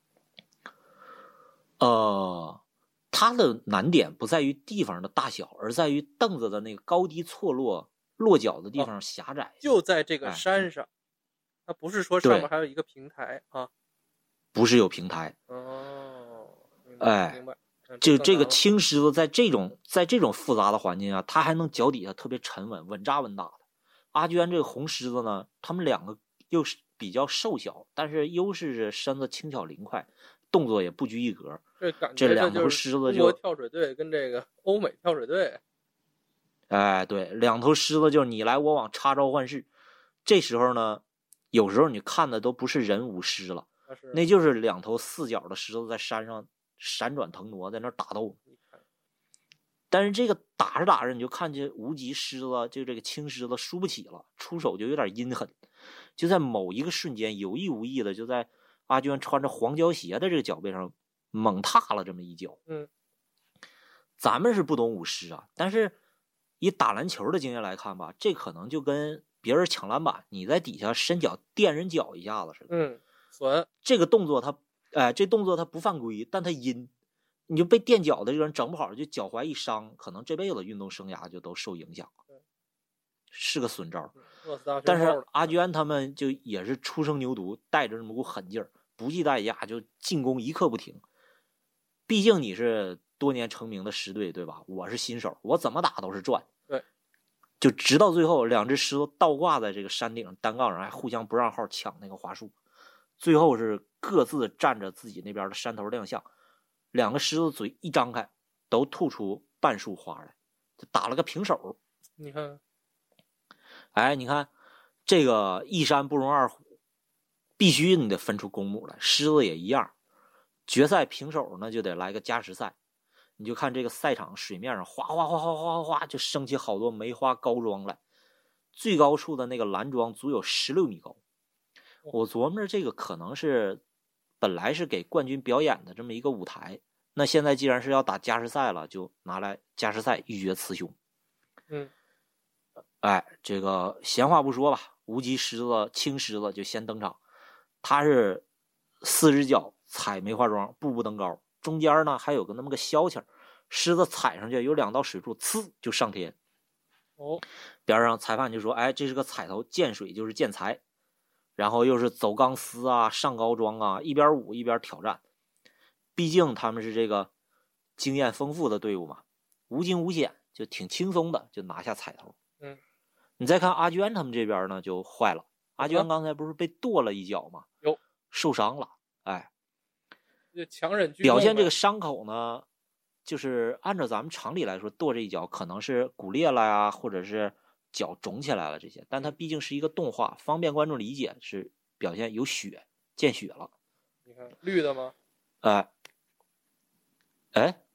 B: 呃，它的难点不在于地方的大小，而在于凳子的那个高低错落，落脚的地方狭窄。
C: 哦、就在这个山上，它、哎、不是说上面还有一个平台啊？
B: 不是有平台。
C: 哦，明
B: 白哎，
C: 明白。
B: 就这个青狮子在这种在这种复杂的环境啊，它还能脚底下特别沉稳，稳扎稳打的。阿娟这个红狮子呢，他们两个又是比较瘦小，但是优势是身子轻巧灵快，动作也不拘一格。
C: 这感
B: 觉这两头狮子就
C: 中国跳水队跟这个欧美跳水队，
B: 哎，对，两头狮子就是你来我往，插招换式。这时候呢，有时候你看的都不是人舞狮了，
C: 那, 是
B: 那就是两头四脚的狮子在山上闪转腾挪，在那打斗。但是这个打着打着，你就看见无极狮子就这个青狮子输不起了，出手就有点阴狠，就在某一个瞬间有意无意的就在阿娟穿着黄胶鞋的这个脚背上猛踏了这么一脚。
C: 嗯，
B: 咱们是不懂舞狮啊，但是以打篮球的经验来看吧，这可能就跟别人抢篮板，你在底下伸脚垫人脚一下子似的。
C: 嗯，损
B: 这个动作它，哎、呃，这动作它不犯规，但它阴。你就被垫脚的这个人整不好，就脚踝一伤，可能这辈子运动生涯就都受影响，是个损招。但是阿娟他们就也是初生牛犊，带着这么股狠劲儿，不计代价就进攻一刻不停。毕竟你是多年成名的狮队，对吧？我是新手，我怎么打都是赚。
C: 对，
B: 就直到最后，两只狮子倒挂在这个山顶单杠上，还互相不让号抢那个花束，最后是各自站着自己那边的山头亮相。两个狮子嘴一张开，都吐出半束花来，就打了个平手。
C: 你看，
B: 哎，你看这个一山不容二虎，必须你得分出公母来。狮子也一样，决赛平手呢就得来个加时赛。你就看这个赛场水面上哗哗哗哗哗哗就升起好多梅花高桩来，最高处的那个蓝桩足有十六米高。我琢磨着这个可能是。本来是给冠军表演的这么一个舞台，那现在既然是要打加时赛了，就拿来加时赛一决雌雄。
C: 嗯，
B: 哎，这个闲话不说吧，无极狮子青狮子就先登场，他是四只脚踩梅花桩，步步登高，中间呢还有个那么个消遣，狮子踩上去有两道水柱，呲就上天。
C: 哦，
B: 边上裁判就说：“哎，这是个彩头，见水就是见财。”然后又是走钢丝啊，上高桩啊，一边舞一边挑战。毕竟他们是这个经验丰富的队伍嘛，无惊无险，就挺轻松的就拿下彩头。
C: 嗯，
B: 你再看阿娟他们这边呢，就坏了。阿娟刚才不是被跺了一脚吗？
C: 有
B: 受伤了，哎，
C: 就强忍
B: 表现这个伤口呢，就是按照咱们常理来说，跺这一脚可能是骨裂了呀，或者是。脚肿起来了这些，但它毕竟是一个动画，方便观众理解，是表现有血，见血了。
C: 你看绿的吗？
B: 哎、呃，哎，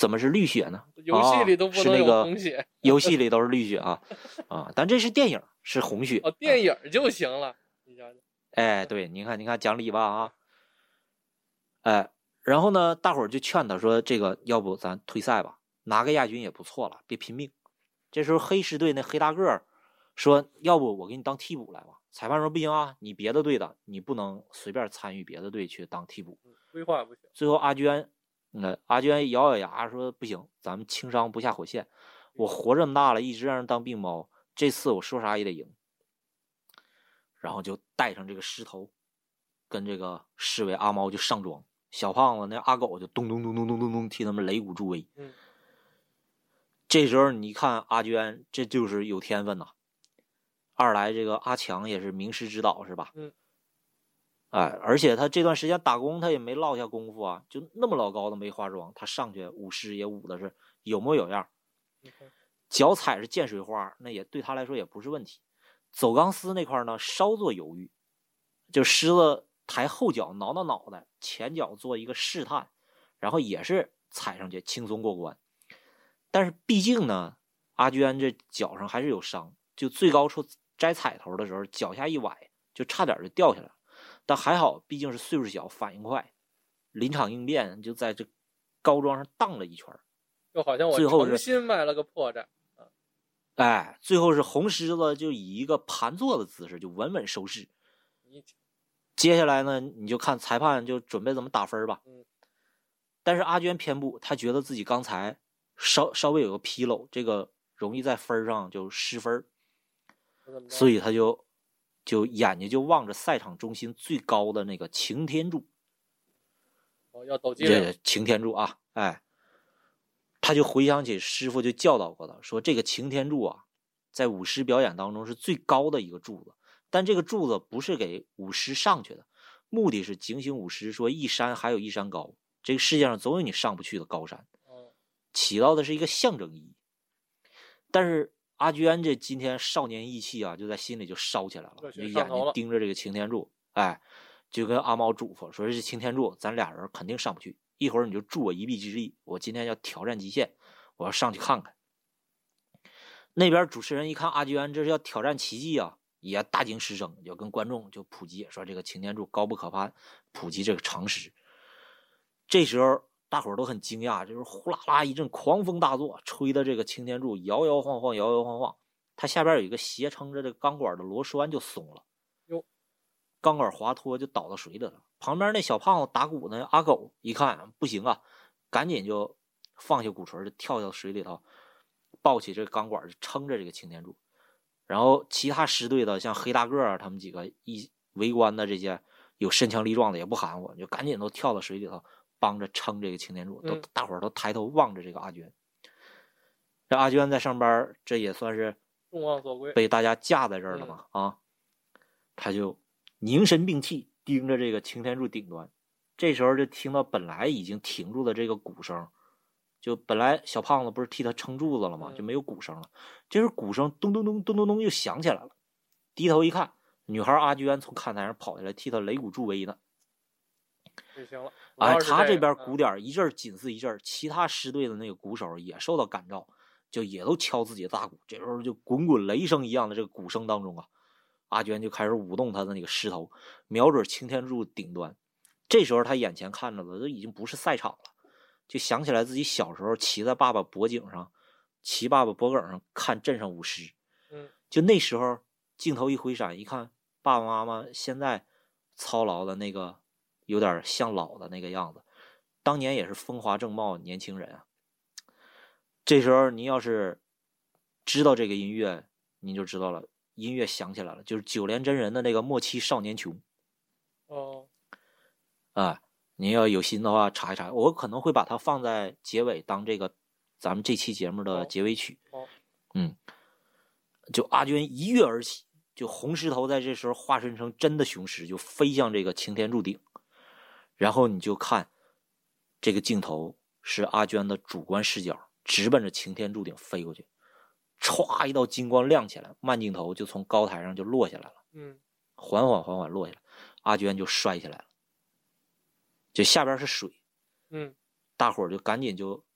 B: 怎么是绿血呢？
C: 游戏里都不能有红血，
B: 啊、游戏里都是绿血啊啊！但这是电影，是红血。
C: 哦，电影就行了。啊、你想想，
B: 哎，对，您看，您看，讲理吧啊！哎，然后呢，大伙儿就劝他说：“这个要不咱退赛吧，拿个亚军也不错了，别拼命。”这时候黑狮队那黑大个说：“要不我给你当替补来吧？”裁判说：“不行啊，你别的队的，你不能随便参与别的队去当替补。”
C: 规划不行。
B: 最后阿娟，嗯，阿娟咬咬牙说：“不行，咱们轻伤不下火线。我活这么大了，一直让人当病猫，这次我说啥也得赢。”然后就带上这个狮头，跟这个侍卫阿猫就上庄，小胖子那阿狗就咚咚咚咚咚咚咚替他们擂鼓助威。
C: 嗯，
B: 这时候你看阿娟，这就是有天分呐。二来这个阿强也是名师指导，是吧？
C: 嗯。
B: 哎，而且他这段时间打工，他也没落下功夫啊，就那么老高的梅花桩，他上去舞狮也舞的是有模有样，脚踩着溅水花，那也对他来说也不是问题。走钢丝那块呢，稍作犹豫，就狮子抬后脚挠挠脑袋，前脚做一个试探，然后也是踩上去轻松过关。但是毕竟呢，阿娟这脚上还是有伤，就最高处摘彩头的时候，脚下一崴，就差点就掉下来了。但还好，毕竟是岁数小，反应快，临场应变，就在这高桩上荡了一圈。
C: 就好像我诚心卖了个破绽。
B: 哎，最后是红狮子就以一个盘坐的姿势就稳稳收势。接下来呢，你就看裁判就准备怎么打分吧。
C: 嗯。
B: 但是阿娟偏不，她觉得自己刚才稍稍微有个纰漏，这个容易在分上就失分，所以她就就眼睛就望着赛场中心最高的那个擎天柱。
C: 哦，要抖机灵。
B: 这擎天柱啊，哎。他就回想起师傅就教导过他，说这个擎天柱啊，在舞狮表演当中是最高的一个柱子，但这个柱子不是给舞狮上去的，目的是警醒舞狮说一山还有一山高，这个世界上总有你上不去的高山，起到的是一个象征意义。但是阿娟这今天少年意气啊，就在心里就烧起来了，就眼睛盯着这个擎天柱，哎，就跟阿猫嘱咐说这擎天柱咱俩人肯定上不去，一会儿你就助我一臂之力，我今天要挑战极限，我要上去看看。那边主持人一看阿娟这是要挑战奇迹啊，也大惊失声，就跟观众就普及说这个擎天柱高不可攀，普及这个常识。这时候大伙儿都很惊讶，就是呼啦啦一阵狂风大作，吹的这个擎天柱摇摇晃晃摇摇晃晃，它下边有一个斜撑着这个钢管的螺栓就松了，
C: 哟，
B: 钢管滑脱就倒到水里了。旁边那小胖子打鼓呢，阿狗一看不行啊，赶紧就放下鼓槌，就跳到水里头，抱起这个钢管就撑着这个擎天柱。然后其他狮队的像黑大个儿他们几个一围观的这些有身强力壮的也不含糊，就赶紧都跳到水里头帮着撑这个擎天柱，都大伙儿都抬头望着这个阿娟。这阿娟在上班，这也算是
C: 众望所归，
B: 被大家架在这儿了嘛、嗯、啊，他就凝神屏气盯着这个擎天柱顶端。这时候就听到本来已经停住的这个鼓声，就本来小胖子不是替他撑柱子了吗、嗯、就没有鼓声了，这时候鼓声咚咚咚咚咚咚又响起来了。低头一看，女孩阿娟从看台上跑下来替他擂鼓助威呢。
C: 就行了，
B: 哎，他这边鼓点一阵紧似一阵，其他狮队的那个鼓手也受到感召，就也都敲自己的大鼓。这时候就滚滚雷声一样的这个鼓声当中啊，阿娟就开始舞动他的那个狮头，瞄准擎天柱顶端。这时候他眼前看着的都已经不是赛场了，就想起来自己小时候骑在爸爸脖颈上，骑爸爸脖梗上看镇上舞狮。
C: 嗯，
B: 就那时候镜头一回闪，一看爸爸妈妈现在操劳的那个有点像老的那个样子，当年也是风华正茂年轻人啊。这时候您要是知道这个音乐，您就知道了，音乐响起来了，就是九连真人的那个莫欺少年穷。
C: 哦，
B: 啊，您要有心的话查一查，我可能会把它放在结尾当这个咱们这期节目的结尾曲。
C: 哦，
B: 嗯，就阿娟一跃而起，就红狮头在这时候化身成真的雄狮，就飞向这个擎天柱顶。然后你就看这个镜头是阿娟的主观视角，直奔着擎天柱顶飞过去，歘一道金光亮起来，慢镜头就从高台上就落下来了。
C: 嗯，
B: 缓缓缓缓落下来，阿娟就摔下来了，就下边是水。
C: 嗯，
B: 大伙儿就赶紧就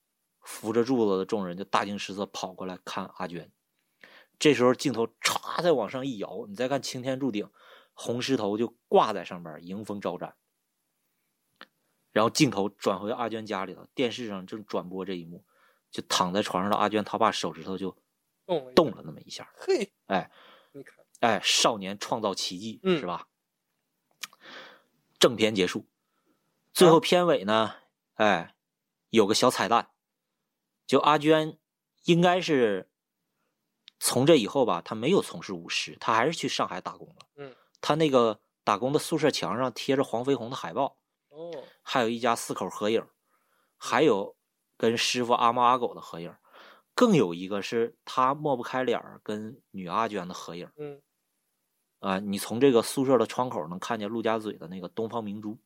B: 扶着柱子的众人就大惊失色跑过来看阿娟。这时候镜头歘再往上一摇，你再看擎天柱顶，红狮头就挂在上边迎风招展。然后镜头转回阿娟家里头，电视上正转播这一幕，就躺在床上的阿娟，他爸手指头就动了那么一下。
C: 嘿，
B: 哎，
C: 你看，
B: 哎，少年创造奇迹，
C: 嗯、
B: 是吧？正片结束，最后片尾呢，啊、哎，有个小彩蛋，就阿娟应该是从这以后吧，他没有从事武师，他还是去上海打工了。
C: 嗯，
B: 他那个打工的宿舍墙上贴着黄飞鸿的海报。
C: 哦，
B: 还有一家四口合影，还有跟师傅阿猫阿狗的合影，更有一个是他抹不开脸跟女阿娟的合影。
C: 嗯，
B: 啊，你从这个宿舍的窗口能看见陆家嘴的那个东方明珠。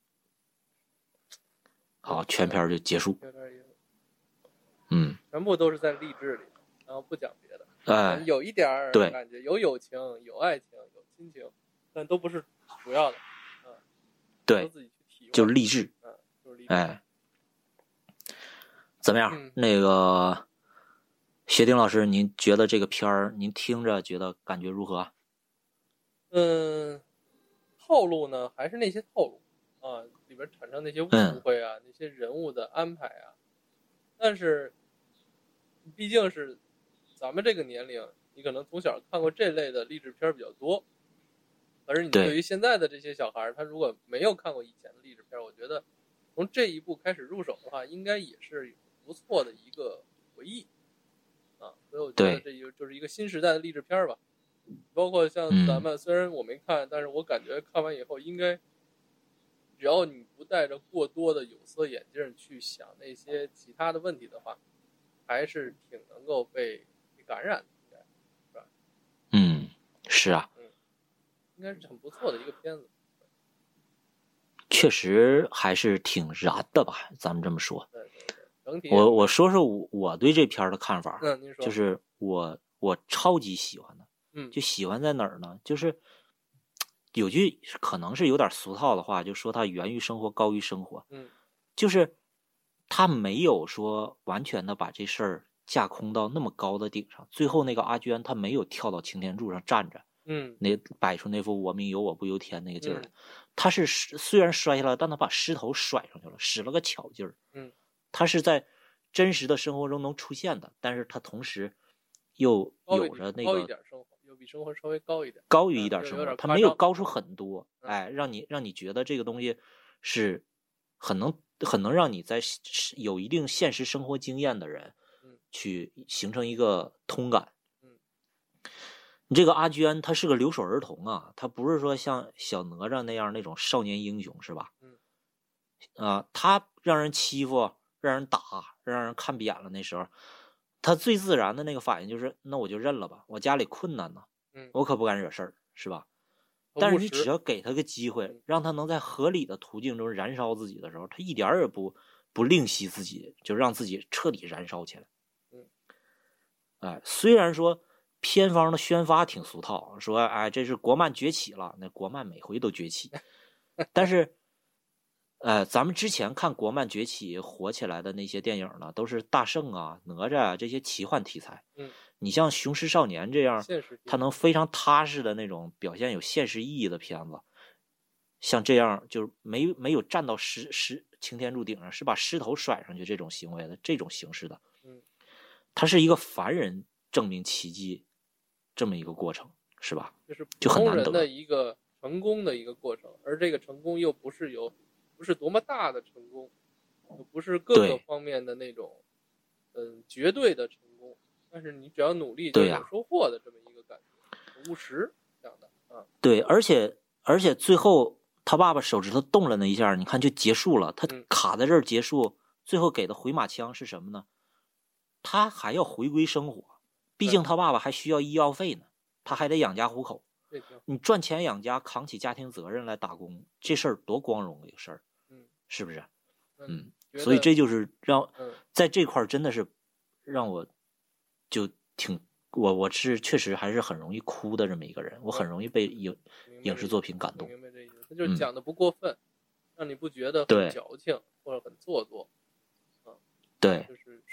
B: 好，全片就结束。嗯，
C: 全部都是在励志里，然后不讲别的。
B: 哎，
C: 有一点
B: 对
C: 感觉，有友情，有爱情，有亲情，但都不是主要的。嗯，
B: 对，
C: 都自己去体会，
B: 就是励志。
C: 嗯，就是励志。
B: 哎，怎么样？
C: 嗯、
B: 那个薛丁老师，您觉得这个片儿，您听着觉得感觉如何？
C: 嗯，套路呢，还是那些套路啊，里边产生那些误会啊，
B: 嗯、
C: 那些人物的安排啊。但是，毕竟是咱们这个年龄，你可能从小看过这类的励志片比较多。而你对于现在的这些小孩，他如果没有看过以前的励志片，我觉得从这一步开始入手的话，应该也是不错的一个回忆啊。所以我觉得这就就是一个新时代的励志片吧。包括像咱们，
B: 嗯、
C: 虽然我没看，但是我感觉看完以后，应该只要你不带着过多的有色眼镜去想那些其他的问题的话，还是挺能够被被感染的，应该是吧？
B: 嗯，是啊，
C: 嗯，应该是很不错的一个片子。
B: 确实还是挺燃的吧，咱们这么说。
C: 对对对，整体
B: 我我说说我我对这片的看法。
C: 嗯，您说。
B: 就是我我超级喜欢的。
C: 嗯，
B: 就喜欢在哪儿呢？就是有句可能是有点俗套的话，就说它源于生活，高于生活。
C: 嗯，
B: 就是他没有说完全的把这事儿架空到那么高的顶上。最后那个阿娟，她没有跳到擎天柱上站着，
C: 嗯，
B: 那摆出那副我命由我不由天那个劲儿来。
C: 嗯、
B: 他是虽然摔下来，但他把狮头甩上去了，使了个巧劲儿。
C: 嗯，
B: 他是在真实的生活中能出现的，但是他同时又有着那个
C: 高一点生活。比生活稍微高一点，
B: 高于一点生活，它没有高出很多，哎，让你让你觉得这个东西是很能很能让你在有一定现实生活经验的人，去形成一个通感。
C: 嗯，
B: 你这个阿娟，她是个留守儿童啊，她不是说像小哪吒那样那种少年英雄，是吧？
C: 嗯，
B: 啊，她让人欺负，让人打，让人看扁了，那时候。他最自然的那个反应就是，那我就认了吧，我家里困难呢，
C: 嗯，
B: 我可不敢惹事儿，是吧？但是你只要给他个机会，让他能在合理的途径中燃烧自己的时候，他一点也不不吝惜自己，就让自己彻底燃烧起来。
C: 嗯，
B: 哎，虽然说片方的宣发挺俗套，说哎这是国漫崛起了，那国漫每回都崛起，但是。呃，咱们之前看国漫崛起火起来的那些电影呢，都是大圣啊、哪吒啊这些奇幻题材。
C: 嗯，
B: 你像《雄狮少年》这样，他能非常踏实的那种表现有现实意义的片子，像这样就是没没有站到狮狮擎天柱顶上，是把狮头甩上去这种行为的这种形式的，
C: 嗯，
B: 它是一个凡人证明奇迹这么一个过程，是吧？
C: 就是
B: 就很难得
C: 的一个成功的一个过程，而这个成功又不是有。不是多么大的成功，不是各个方面的那种，嗯，绝对的成功，但是你只要努力就有收获的这么一个感觉，务实这样的啊。
B: 对，而且而且最后他爸爸手指头动了那一下，你看就结束了，他卡在这儿结束，
C: 嗯、
B: 最后给的回马枪是什么呢？他还要回归生活，毕竟他爸爸还需要医药费呢，他还得养家糊口。你赚钱养家，扛起家庭责任来打工，这事儿多光荣的一个事儿。是不是？嗯，所以这就是让在这块真的是让我就挺我我是确实还是很容易哭的这么一个人，我很容易被影影视作品感动。
C: 明白这意思，他就是讲的不过分，嗯、让你不觉得很矫情或者很做作。啊，
B: 对，
C: 就是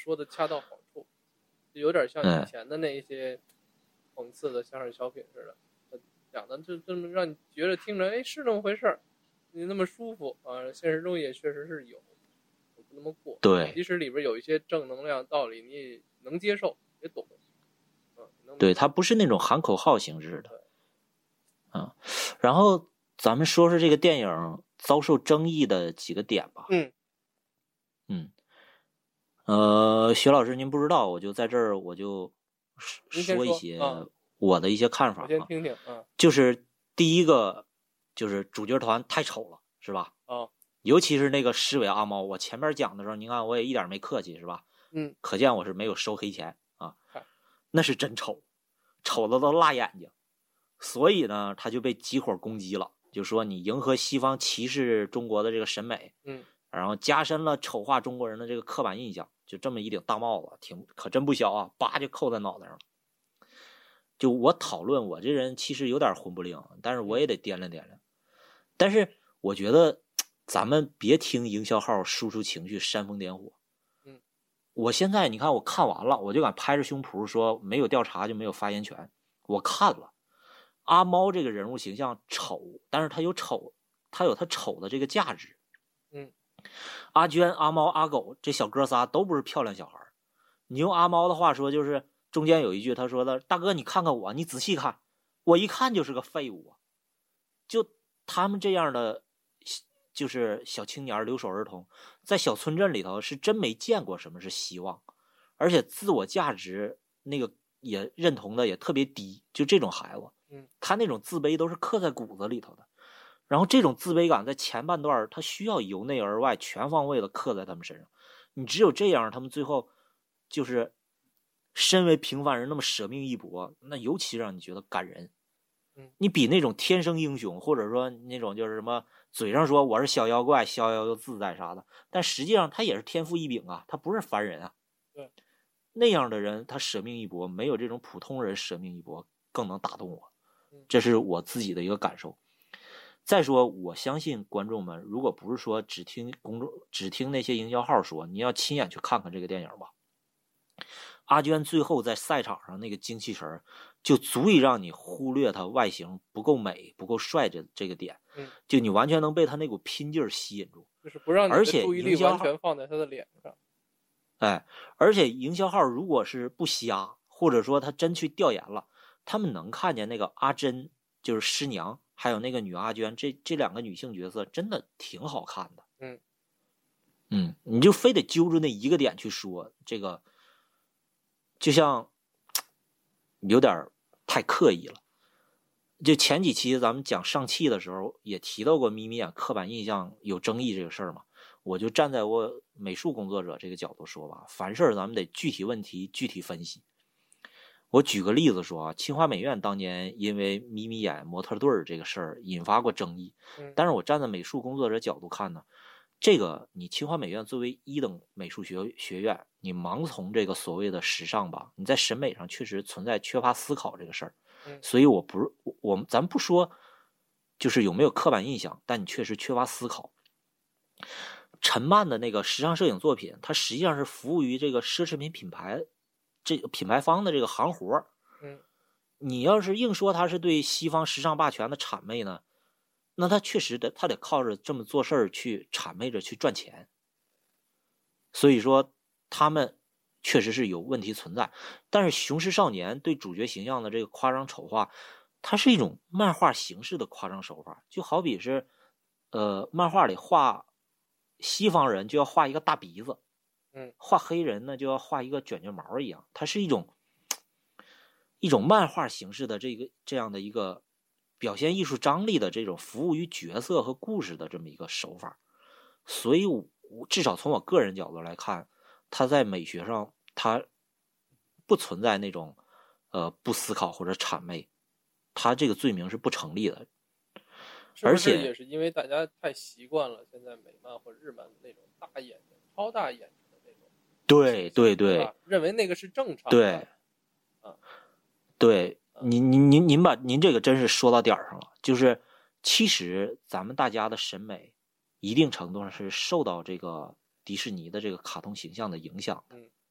C: 说的恰到好处，就有点像以前的那一些讽刺的相声小品似的，嗯、讲的就这么让你觉得听着，哎，是那么回事儿，你那么舒服啊。现实中也确实是有，不那么过。
B: 对，
C: 即使里边有一些正能量道理，你也能接受，也懂。嗯、
B: 对，它不是那种喊口号形式的。嗯，然后咱们说说这个电影遭受争议的几个点吧。
C: 嗯
B: 嗯，呃，薛老师您不知道，我就在这儿我就说一些我的一些看法、啊。
C: 我先听听啊。
B: 就是第一个，就是主角团太丑了，是吧？
C: 啊，
B: 尤其是那个狮尾阿猫，我前面讲的时候，您看我也一点没客气，是吧？
C: 嗯，
B: 可见我是没有收黑钱啊，那是真丑，丑的都辣眼睛。所以呢，他就被集火攻击了，就说你迎合西方歧视中国的这个审美，
C: 嗯，
B: 然后加深了丑化中国人的这个刻板印象，就这么一顶大帽子，挺可真不小啊，叭就扣在脑袋上了。就我讨论，我这人其实有点混不吝，但是我也得掂量掂量。但是我觉得咱们别听营销号输出情绪煽风点火。
C: 嗯，
B: 我现在你看我看完了，我就敢拍着胸脯说没有调查就没有发言权。我看了。阿猫这个人物形象丑，但是他有丑，他有他丑的这个价值。
C: 嗯，
B: 阿娟、阿猫、阿狗这小哥仨都不是漂亮小孩。你用阿猫的话说，就是中间有一句他说的：“大哥，你看看我，你仔细看，我一看就是个废物啊。”就他们这样的，就是小青年留守儿童，在小村镇里头是真没见过什么是希望，而且自我价值那个也认同的也特别低，就这种孩子。
C: 嗯，
B: 他那种自卑都是刻在骨子里头的，然后这种自卑感在前半段他需要由内而外全方位的刻在他们身上，你只有这样他们最后就是身为平凡人那么舍命一搏，那尤其让你觉得感人。
C: 嗯，
B: 你比那种天生英雄或者说那种就是什么嘴上说我是小妖怪逍遥又自在啥的，但实际上他也是天赋异禀啊，他不是凡人啊。
C: 对，
B: 那样的人他舍命一搏，没有这种普通人舍命一搏更能打动我。这是我自己的一个感受。再说，我相信观众们，如果不是说只听公众、只听那些营销号说，你要亲眼去看看这个电影吧。阿娟最后在赛场上那个精气神，就足以让你忽略她外形不够美、不够帅这这个点。
C: 嗯，
B: 就你完全能被她那股拼劲儿吸引住，
C: 就是不让你的注意力完全放在她的脸上。
B: 哎，而且营销号如果是不瞎，或者说他真去调研了。他们能看见那个阿珍，就是师娘，还有那个女阿娟，这这两个女性角色真的挺好看的。
C: 嗯
B: 嗯，你就非得揪住那一个点去说，这个就像有点太刻意了。就前几期咱们讲上汽的时候也提到过眯眯眼刻板印象有争议这个事儿嘛，我就站在我美术工作者这个角度说吧，凡事咱们得具体问题具体分析。我举个例子说啊，清华美院当年因为眯眯眼模特队这个事儿引发过争议，但是我站在美术工作者角度看呢，这个你清华美院作为一等美术学学院，你盲从这个所谓的时尚吧，你在审美上确实存在缺乏思考这个事儿，所以我不是我们咱不说就是有没有刻板印象，但你确实缺乏思考。陈曼的那个时尚摄影作品，它实际上是服务于这个奢侈品品牌。这个品牌方的这个行活，
C: 嗯，
B: 你要是硬说他是对西方时尚霸权的谄媚呢，那他确实得他得靠着这么做事儿去谄媚着去赚钱。所以说他们确实是有问题存在，但是《雄狮少年》对主角形象的这个夸张丑化，它是一种漫画形式的夸张手法，就好比是呃漫画里画西方人就要画一个大鼻子。
C: 嗯，
B: 画黑人呢就要画一个卷卷毛一样，它是一种一种漫画形式的这个这样的一个表现艺术张力的这种服务于角色和故事的这么一个手法。所以我至少从我个人角度来看，它在美学上它不存在那种呃不思考或者谄媚，它这个罪名是不成立的。而且
C: 也是因为大家太习惯了现在美漫或日漫的那种大眼睛、超大眼睛。
B: 对对对，
C: 认为那个是正常的。
B: 对，
C: 啊，
B: 对，您您您您把您这个真是说到点儿上了。就是其实咱们大家的审美，一定程度上是受到这个迪士尼的这个卡通形象的影响的。
C: 嗯，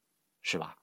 B: 是吧？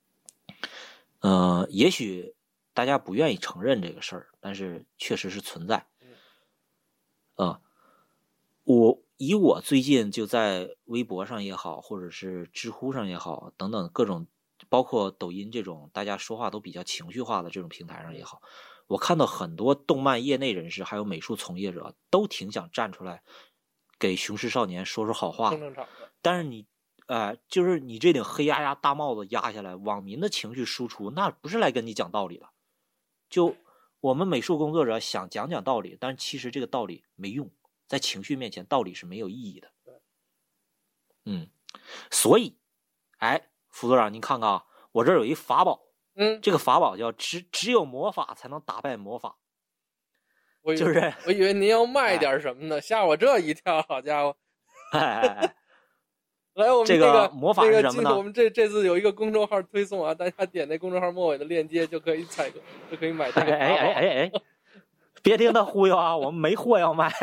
B: 呃，也许大家不愿意承认这个事儿，但是确实是存在。呃，我以我最近就在微博上也好，或者是知乎上也好，等等各种，包括抖音这种大家说话都比较情绪化的这种平台上也好，我看到很多动漫业内人士还有美术从业者都挺想站出来给雄狮少年说说好话，但是你呃，就是你这顶黑压压大帽子压下来，网民的情绪输出那不是来跟你讲道理的。就我们美术工作者想讲讲道理，但是其实这个道理没用，在情绪面前道理是没有意义的。嗯，所以哎，副组长您看看啊，我这儿有一法宝，
C: 嗯，
B: 这个法宝叫只只有魔法才能打败魔法。
C: 我
B: 就是
C: 我以为您要卖点什么呢，哎、吓我这一跳，好家伙！
B: 哎哎哎，
C: 来，我们
B: 这
C: 个
B: 魔法是什么呢？
C: 那个、我们这这次有一个公众号推送啊，大家点那公众号末尾的链接就可以采购，就可以买这个。
B: 哎哎哎哎，别听他忽悠啊，我们没货要卖。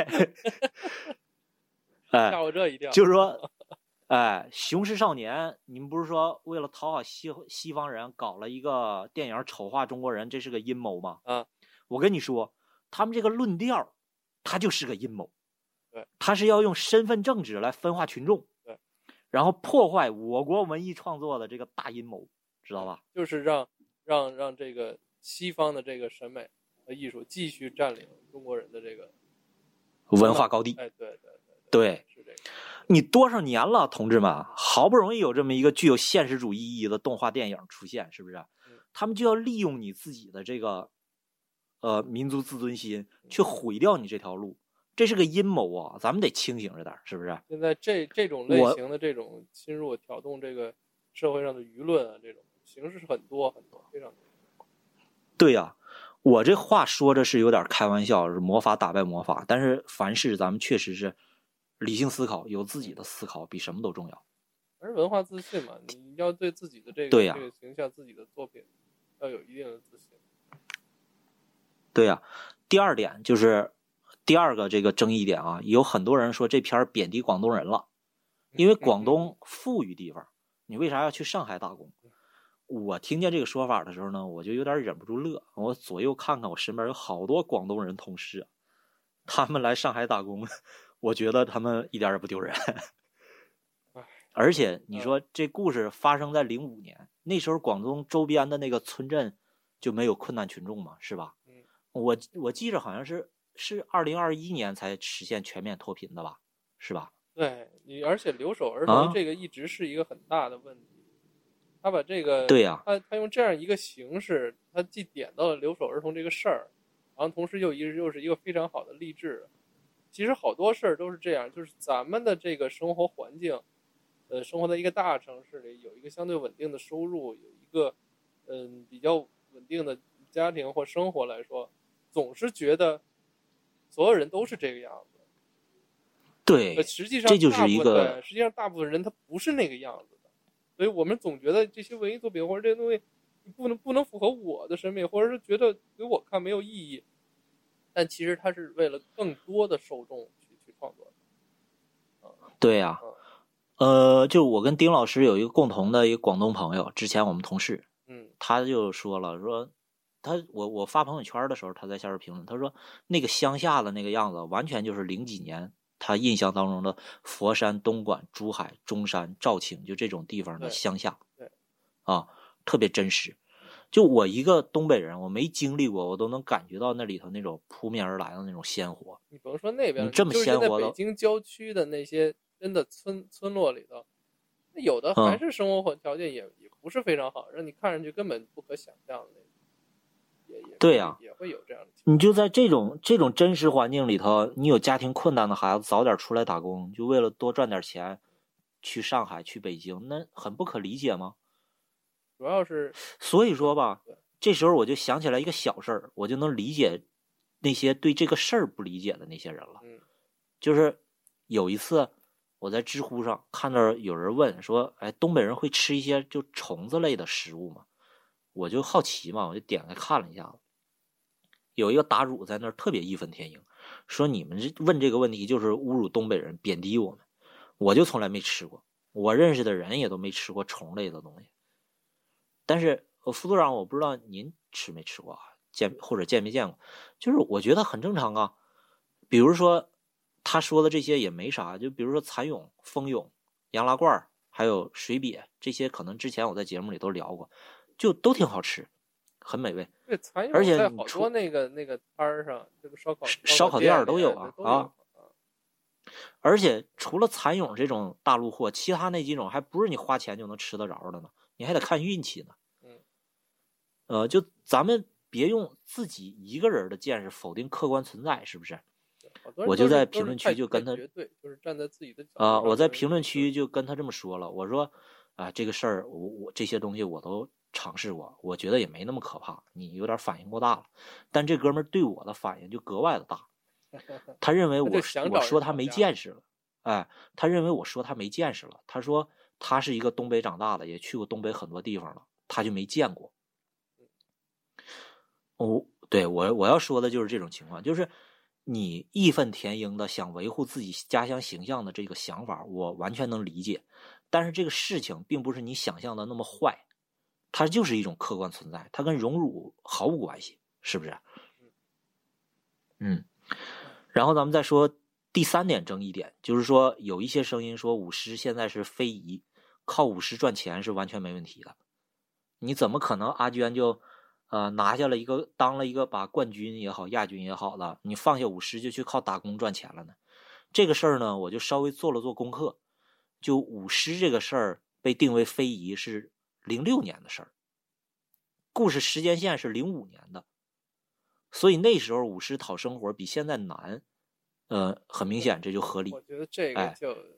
B: 哎，
C: 吓我这一跳。
B: 就是说，哎，雄狮少年，你们不是说为了讨好西西方人搞了一个电影丑化中国人，这是个阴谋吗？
C: 啊，
B: 我跟你说，他们这个论调，它就是个阴谋。
C: 对，
B: 他是要用身份政治来分化群众，
C: 对，
B: 然后破坏我国文艺创作的这个大阴谋，知道吧？
C: 就是让让让这个西方的这个审美和艺术继续占领中国人的这个
B: 文化高地。
C: 哎，对对对
B: 对，
C: 是这个。
B: 你多少年了，同志们，好不容易有这么一个具有现实主义意义的动画电影出现，是不是？
C: 嗯、
B: 他们就要利用你自己的这个呃民族自尊心，去毁掉你这条路。这是个阴谋啊，咱们得清醒着点，是不是？
C: 现在这这种类型的这种侵入、挑动这个社会上的舆论啊，这种形式很多很多，非常多。
B: 对呀、啊，我这话说着是有点开玩笑，是魔法打败魔法，但是凡事咱们确实是理性思考，有自己的思考比什么都重要。
C: 而文化自信嘛，你要对自己的这个
B: 对呀、啊、
C: 这个形象、自己的作品要有一定的自信。
B: 对呀、啊，第二点就是。第二个这个争议点啊，有很多人说这片贬低广东人了，因为广东富裕地方，你为啥要去上海打工？我听见这个说法的时候呢，我就有点忍不住乐。我左右看看，我身边有好多广东人同事，他们来上海打工，我觉得他们一点也不丢人。而且你说这故事发生在零五年，那时候广东周边的那个村镇就没有困难群众嘛，是吧？我我记着好像是。是二零二一年才实现全面脱贫的吧，是吧？
C: 对，你而且留守儿童这个一直是一个很大的问题。啊、他把这个，
B: 对呀、
C: 啊，他他用这样一个形式，他既点到了留守儿童这个事儿，然后同时又一又是一个非常好的励志。其实好多事儿都是这样，就是咱们的这个生活环境，呃，生活在一个大城市里，有一个相对稳定的收入，有一个嗯比较稳定的家庭或生活来说，总是觉得。所有人都是这个样子，
B: 对，
C: 实际上
B: 这就是一个，
C: 实际上大部分人他不是那个样子的，所以我们总觉得这些文艺作品或者这些东西不能不能符合我的审美，或者是觉得给我看没有意义，但其实它是为了更多的受众去去创作的。嗯、
B: 对呀、啊嗯，呃，就我跟丁老师有一个共同的一个广东朋友，之前我们同事，
C: 嗯，
B: 他就说了说。他我我发朋友圈的时候，他在下边评论，他说那个乡下的那个样子，完全就是零几年他印象当中的佛山、东莞、珠海、中山、肇庆，就这种地方的乡下，
C: 对，
B: 啊，特别真实。就我一个东北人，我没经历过，我都能感觉到那里头那种扑面而来的那种鲜活。
C: 你甭说那边，
B: 你这么鲜活
C: 的，北京郊区的那些真的村村落里头，有的还是生活条件也、嗯、也不是非常好，让你看上去根本不可想象的那种。
B: 对呀、啊，
C: 也会有这样的情况。
B: 你就在这种这种真实环境里头，你有家庭困难的孩子早点出来打工，就为了多赚点钱，去上海、去北京，那很不可理解吗？
C: 主要是，
B: 所以说吧，这时候我就想起来一个小事儿，我就能理解那些对这个事儿不理解的那些人了。
C: 嗯，
B: 就是有一次我在知乎上看到有人问说，哎，东北人会吃一些就虫子类的食物吗？我就好奇嘛，我就点开看了一下子，有一个答主在那儿特别义愤填膺，说你们问这个问题就是侮辱东北人，贬低我们。我就从来没吃过，我认识的人也都没吃过虫类的东西。 但是呃，副组长，我不知道您吃没吃过啊，见或者见没见过，就是我觉得很正常啊。比如说他说的这些也没啥，就比如说蚕蛹、蜂蛹、洋拉罐还有水瘪，这些可能之前我在节目里都聊过，就都挺好吃，很美味。
C: 对，蚕蛹
B: 而且
C: 在好多那个那个摊儿上，这个烧烤
B: 烧烤店都有啊
C: 都有
B: 啊。而且除了蚕蛹这种大陆货，其他那几种还不是你花钱就能吃得着的呢，你还得看运气呢。
C: 嗯，
B: 呃，就咱们别用自己一个人的见识否定客观存在，是不是？我就在评论区就跟他
C: 绝对就是站在自己的角度
B: 啊、呃，我在评论区就跟他这么说了，我说啊、呃，这个事儿我我这些东西我都尝试过，我觉得也没那么可怕，你有点反应过大了。但这哥们儿对我的反应就格外的大，他认为我我说他没见识了，哎，他认为我说他没见识了，他说他是一个东北长大的，也去过东北很多地方了，他就没见过。哦，对，我我要说的就是这种情况，就是你义愤填膺的想维护自己家乡形象的这个想法，我完全能理解。但是这个事情并不是你想象的那么坏，它就是一种客观存在，它跟荣辱毫无关系，是不是？嗯。然后咱们再说第三点争议点，就是说有一些声音说舞狮现在是非遗，靠舞狮赚钱是完全没问题的。你怎么可能阿娟就呃拿下了一个当了一个把冠军也好亚军也好的，你放下舞狮就去靠打工赚钱了呢？这个事儿呢，我就稍微做了做功课。就舞狮这个事儿被定为非遗是零六年的事儿，故事时间线是零五年的，所以那时候舞狮讨生活比现在难，呃，很明显这就合理。
C: 我觉得这个就，哎、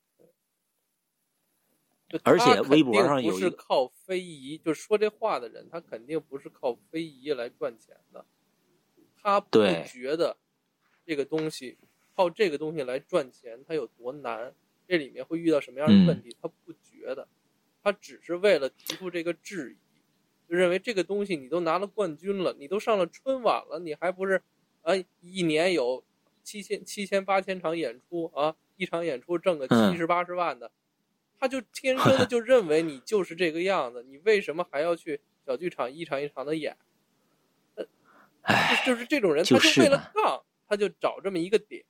C: 就
B: 而且微博上有
C: 一个不是靠非遗，就说这话的人，他肯定不是靠非遗来赚钱的，他不觉得这个东西靠这个东西来赚钱，它有多难。这里面会遇到什么样的问题、嗯、他不觉得，他只是为了提出这个质疑，就认为这个东西你都拿了冠军了，你都上了春晚了，你还不是呃一年有七千七千八千场演出啊，一场演出挣个七十八十万的、嗯、他就天生的就认为你就是这个样子，你为什么还要去小剧场一场一场的演？呃，就是这种人，他就为了杠，他就找这么一个点。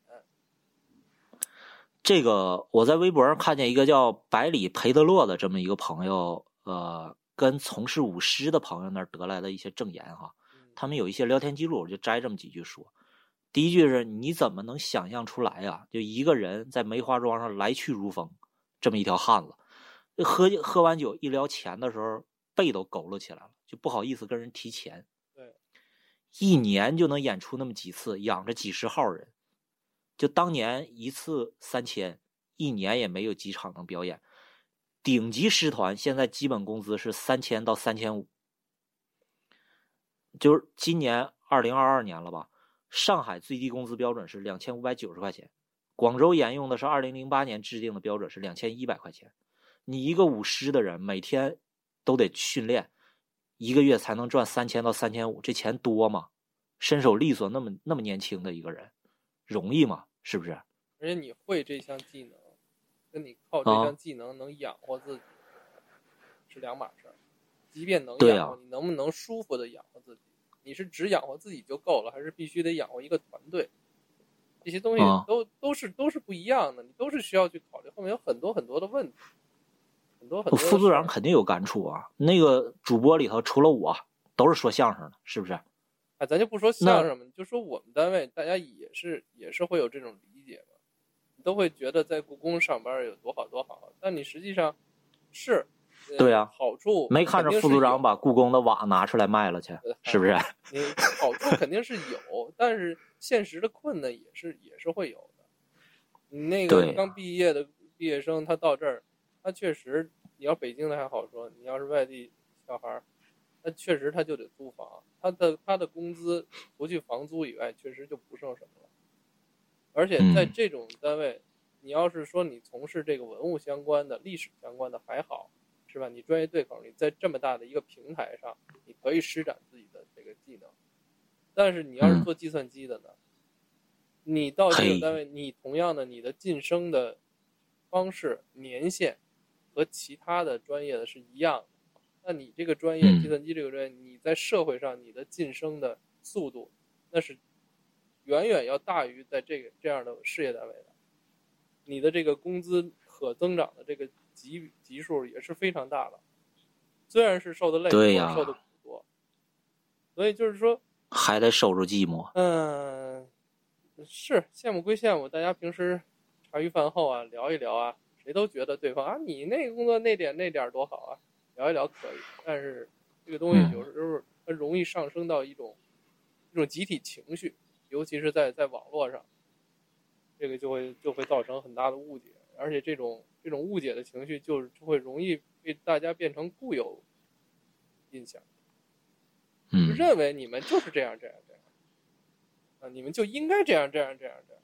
B: 这个我在微博上看见一个叫百里裴德洛的这么一个朋友，呃，跟从事舞狮的朋友那儿得来的一些证言哈，他们有一些聊天记录，我就摘这么几句说。第一句是你怎么能想象出来啊？就一个人在梅花桩上来去如风，这么一条汉子，喝喝完酒一聊钱的时候背都佝偻起来了，就不好意思跟人提钱。
C: 对，
B: 一年就能演出那么几次，养着几十号人。就当年一次三千，一年也没有几场能表演。顶级狮团现在基本工资是三千到三千五，就是今年二零二二年了吧？上海最低工资标准是两千五百九十块钱，广州沿用的是二零零八年制定的标准是两千一百块钱。你一个舞狮的人每天都得训练，一个月才能赚三千到三千五，这钱多吗？身手利索，那么那么年轻的一个人，容易吗？是不是？
C: 而且你会这项技能，跟你靠这项技能能养活自己、啊、是两码事。即便能养活、啊、你能不能舒服的养活自己？你是只养活自己就够了，还是必须得养活一个团队？这些东西都、啊、都是都是不一样的，你都是需要去考虑。后面有很多很多的问题，很多很多。
B: 副组长肯定有感触啊！那个主播里头除了我，都是说相声的，是不是？
C: 哎，咱就不说相声嘛，就说我们单位大家也是也是会有这种理解嘛，你都会觉得在故宫上班有多好多好，但你实际上是，
B: 对啊，
C: 好处
B: 没看着副组长把故宫的瓦拿出来卖了去，是不是？
C: 你好处肯定是有，但是现实的困难也是也是会有的。你那个刚毕业的毕业生，他到这儿，他确实，你要北京的还好说，你要是外地小孩，那确实他就得租房。他的他的工资除去房租以外，确实就不剩什么了。而且在这种单位，嗯、你要是说你从事这个文物相关的、历史相关的还好，是吧？你专业对口，你在这么大的一个平台上，你可以施展自己的这个技能。但是你要是做计算机的呢，嗯、你到这种单位，你同样的你的晋升的方式、年限和其他的专业的是一样的。 那你这个专业，计算机这个专业，你在社会上你的晋升的速度，那是远远要大于在这个这样的事业单位的。你的这个工资可增长的这个级级数也是非常大的，虽然是受的累，
B: 对呀，
C: 受的苦多，所以就是说
B: 还得守住寂寞。
C: 嗯，是羡慕归羡慕，大家平时茶余饭后啊聊一聊啊，谁都觉得对方啊你那个工作那点那点多好啊，聊一聊可以，但是这个东西有时候它容易上升到一种一种集体情绪，尤其是在在网络上，这个就会就会造成很大的误解，而且这种这种误解的情绪就就会容易被大家变成固有印象，
B: 嗯，
C: 认为你们就是这样这样这样啊，你们就应该这样这样这样这样。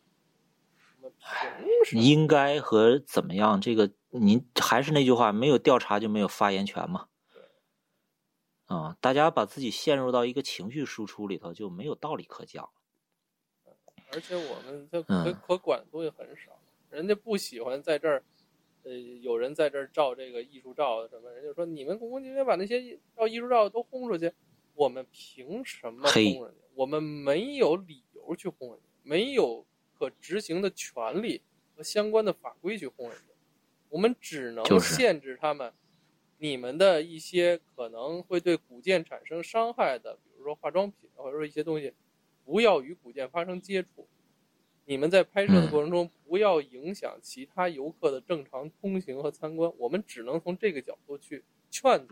B: 应该和怎么样，这个您还是那句话，没有调查就没有发言权嘛。啊、嗯，大家把自己陷入到一个情绪输出里头，就没有道理可讲。
C: 而且我们这可可管的东西很少，嗯、人家不喜欢在这儿，呃，有人在这儿照这个艺术照什么，人家说你们公共机把那些照艺术照都轰出去，我们凭什么轰人家？我们没有理由去轰人家，没有可执行的权利和相关的法规去轰人家，我们只能限制他们。你们的一些可能会对古建产生伤害的，比如说化妆品或者说一些东西，不要与古建发生接触。你们在拍摄的过程中不要影响其他游客的正常通行和参观，我们只能从这个角度去劝阻。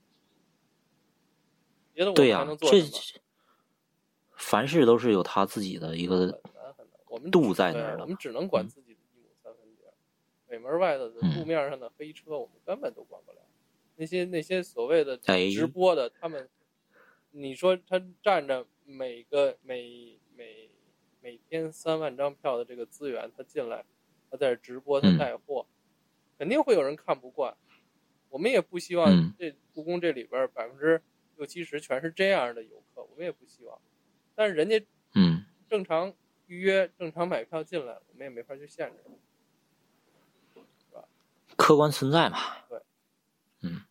C: 别的我们还能做什么？
B: 这凡事都是有他自己的一个度在那儿的，
C: 我们只能管自己的一亩三分地。北门外的路面上的黑车，我们根本都管不了。那些那些所谓的直播的，他们，你说他占着每个每每每天三万张票的这个资源，他进来，他在这直播，他带货，嗯、肯定会有人看不惯。我们也不希望这故宫这里边百分之六七十全是这样的游客，我们也不希望。但是人家
B: 嗯
C: 正常预约、正常买票进来，我们也没法去限制，是吧？
B: 客观存在嘛。
C: 对，
B: 嗯。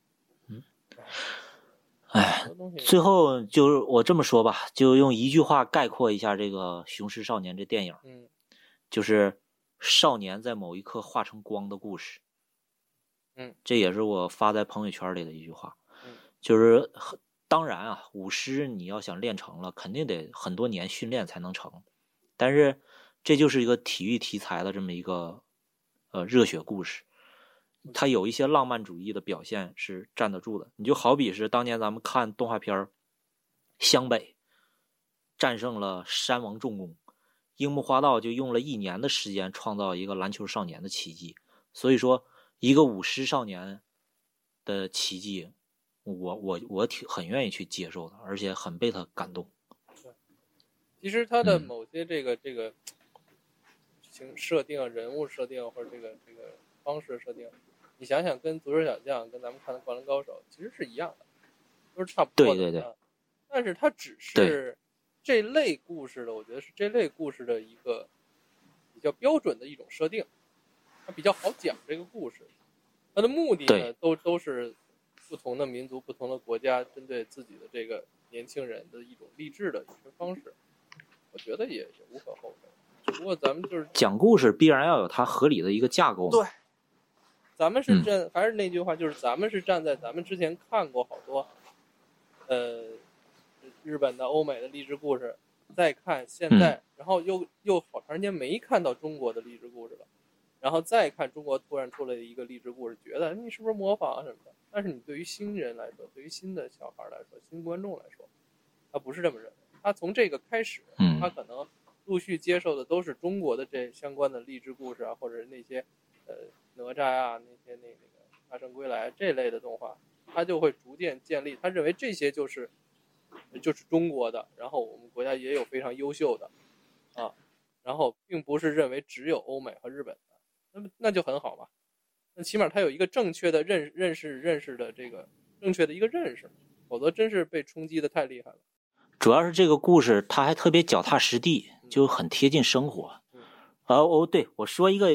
B: 哎，最后就是我这么说吧，就用一句话概括一下这个《雄狮少年》这电影，
C: 嗯，
B: 就是少年在某一刻化成光的故事。
C: 嗯，
B: 这也是我发在朋友圈里的一句话。
C: 嗯，
B: 就是当然啊，舞狮你要想练成了，肯定得很多年训练才能成，但是这就是一个体育题材的这么一个呃热血故事。它有一些浪漫主义的表现是站得住的，你就好比是当年咱们看动画片《湘北》，战胜了山王重工，樱木花道就用了一年的时间创造一个篮球少年的奇迹。所以说，一个舞狮少年的奇迹，我我我挺很愿意去接受的，而且很被他感动。
C: 对，其实他的某些这个、嗯、这个情设定、人物设定或者这个这个方式设定。你想想，跟足球小将跟咱们看的《灌篮高手》其实是一样的，都是差不多的。
B: 对对对。
C: 但是它只是这类故事的，我觉得是这类故事的一个比较标准的一种设定，它比较好讲这个故事。它的目的呢，都都是不同的民族、不同的国家针对自己的这个年轻人的一种励志的一种方式。我觉得也也无可厚非。只不过咱们就是
B: 讲故事必然要有它合理的一个架构。
C: 对。咱们是站、嗯，还是那句话，就是咱们是站在咱们之前看过好多，呃，日本的、欧美的励志故事，再看现在，
B: 嗯、
C: 然后又又好长时间没看到中国的励志故事了，然后再看中国突然出来一个励志故事，觉得你是不是模仿啊什么的？但是你对于新人来说，对于新的小孩来说，新观众来说，他不是这么认为。他从这个开始，他可能陆续接受的都是中国的这相关的励志故事啊，或者那些呃。哪吒啊，那些那那个大圣归来这类的动画，他就会逐渐建立，他认为这些就是就是中国的，然后我们国家也有非常优秀的啊，然后并不是认为只有欧美和日本的，那么那就很好嘛，那起码他有一个正确的认认识认识的这个正确的一个认识，否则真是被冲击的太厉害了。
B: 主要是这个故事它还特别脚踏实地，就很贴近生活。
C: 嗯、
B: 呃哦，对，我说一个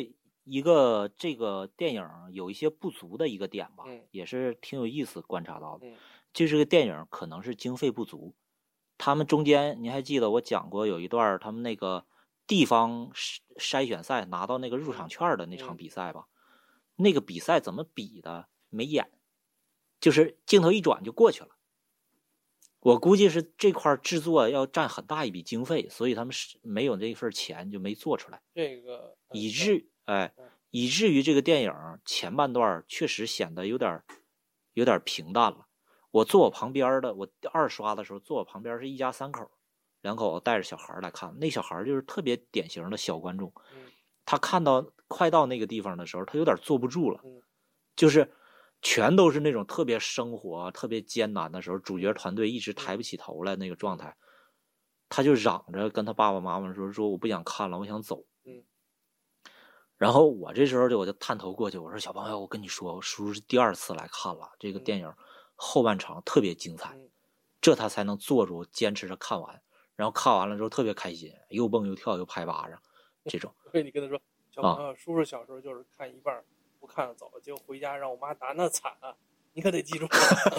B: 一个这个电影有一些不足的一个点吧，
C: 嗯
B: 也是挺有意思观察到的。
C: 嗯
B: 就这个电影可能是经费不足，他们中间你还记得我讲过有一段他们那个地方筛选赛拿到那个入场券的那场比赛吧？那个比赛怎么比的没演，就是镜头一转就过去了。我估计是这块制作要占很大一笔经费，所以他们是没有这份钱就没做出来。
C: 这个
B: 以至哎，以至于这个电影前半段确实显得有点有点平淡了。我坐我旁边的，我二刷的时候坐我旁边是一家三口，两口子带着小孩来看，那小孩就是特别典型的小观众。他看到快到那个地方的时候，他有点坐不住了，就是全都是那种特别生活、特别艰难的时候，主角团队一直抬不起头来那个状态，他就嚷着跟他爸爸妈妈说：“说我不想看了，我想走。”
C: 嗯。
B: 然后我这时候就我就探头过去，我说：“小朋友，我跟你说，我叔叔是第二次来看了这个电影，后半场特别精彩，这他才能坐住，坚持着看完。然后看完了之后特别开心，又蹦又跳又拍巴掌，这种。”
C: 所以你跟他说：“小朋友，啊、叔叔小时候就是看一半不看了走，结果回家让我妈打那惨啊！你可得记住。”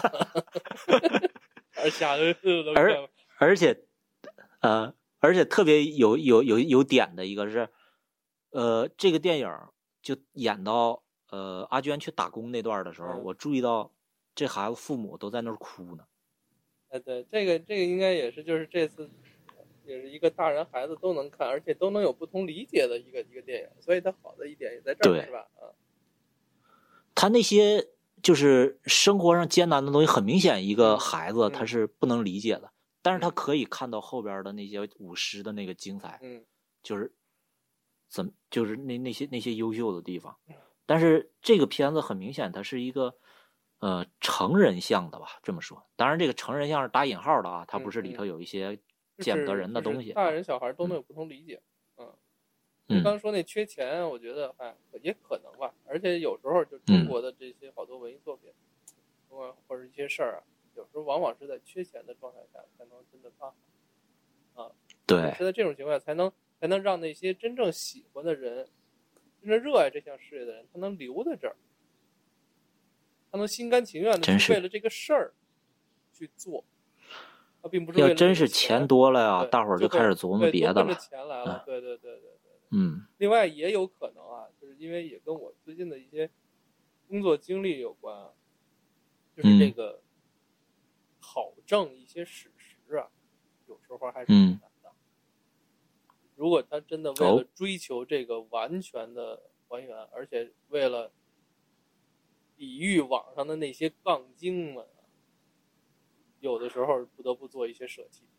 C: 而下个
B: 而而且，呃，而且特别有有有有点的一个是。呃，这个电影就演到呃阿娟去打工那段的时候，嗯、我注意到这孩子父母都在那儿哭呢。
C: 哎，对，这个这个应该也是就是这次也是一个大人孩子都能看，而且都能有不同理解的一个一个电影，所以它好的一点也在这儿，是吧？啊，
B: 他那些就是生活上艰难的东西，很明显一个孩子他是不能理解的，嗯、但是他可以看到后边的那些舞狮的那个精彩，
C: 嗯，
B: 就是。怎么就是那那些那些优秀的地方，但是这个片子很明显它是一个呃成人向的吧，这么说。当然这个成人向是打引号的啊，它不是里头有一些见不得人的东西。
C: 就是、大人小孩都能有不同理解。嗯，你、嗯、刚说那缺钱，我觉得哎也可能吧。而且有时候就中国的这些好多文艺作品，嗯、或者一些事儿啊，有时候往往是在缺钱的状态下才能真的办好。啊，
B: 对，
C: 是在这种情况下才能。才能让那些真正喜欢的人，真正热爱这项事业的人，他能留在这儿，他能心甘情愿的去为了这个事儿去做，他并不是为了
B: 要真是钱多了呀，大伙儿就开始琢磨别的了。
C: 奔着钱来了，对对对对对。
B: 嗯。
C: 另外也有可能啊，就是因为也跟我最近的一些工作经历有关啊，就是这个考证一些史实啊，有时候还是挺难的。如果他真的为了追求这个完全的还原，哦、而且为了抵御网上的那些杠精们，有的时候不得不做一些舍弃。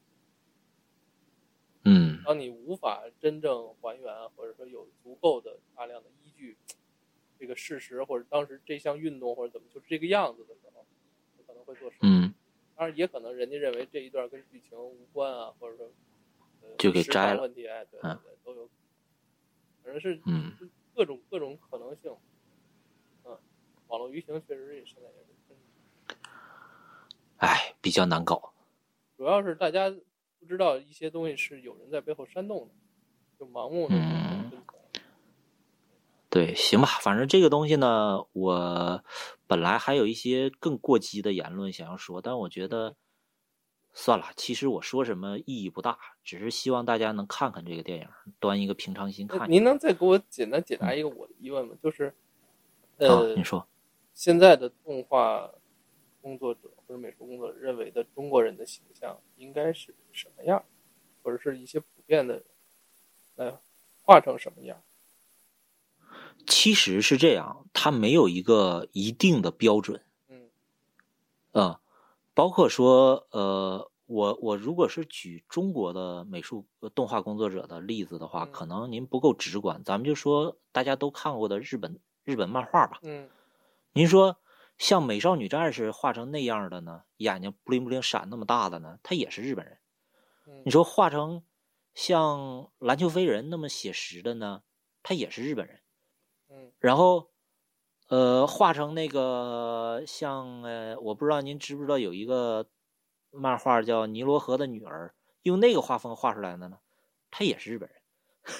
B: 嗯，
C: 当你无法真正还原，或者说有足够的大量的依据，这个事实或者当时这项运动或者怎么就是这个样子的时候，可能会做舍弃。
B: 嗯，
C: 当然也可能人家认为这一段跟剧情无关啊，或者说。
B: 就给摘了，
C: 问题哎，对对对，都有，反正是嗯各种各种可能性，嗯，网络舆情确实也现在也是，
B: 哎，比较难搞。
C: 主要是大家不知道一些东西是有人在背后煽动的，就盲目的
B: 嗯，对，行吧，反正这个东西呢，我本来还有一些更过激的言论想要说，但我觉得。算了，其实我说什么意义不大，只是希望大家能看看这个电影，端一个平常心看。
C: 您能再给我简单解答一个我的疑问吗？嗯、就是，呃、
B: 啊，你说，
C: 现在的动画工作者或者美术工作者认为的中国人的形象应该是什么样，或者是一些普遍的来画成什么样？
B: 其实是这样，它没有一个一定的标准。
C: 嗯，
B: 啊。包括说，呃，我我如果是举中国的美术动画工作者的例子的话，
C: 嗯、
B: 可能您不够直观。咱们就说大家都看过的日本日本漫画吧。
C: 嗯，
B: 您说像美少女战士画成那样的呢，眼睛不灵不灵闪那么大的呢，他也是日本人。
C: 嗯、
B: 你说画成像篮球飞人那么写实的呢，他也是日本人。
C: 嗯，
B: 然后。呃，画成那个像呃，我不知道您知不知道有一个漫画叫《尼罗河的女儿》，用那个画风画出来的呢，他也是日本人。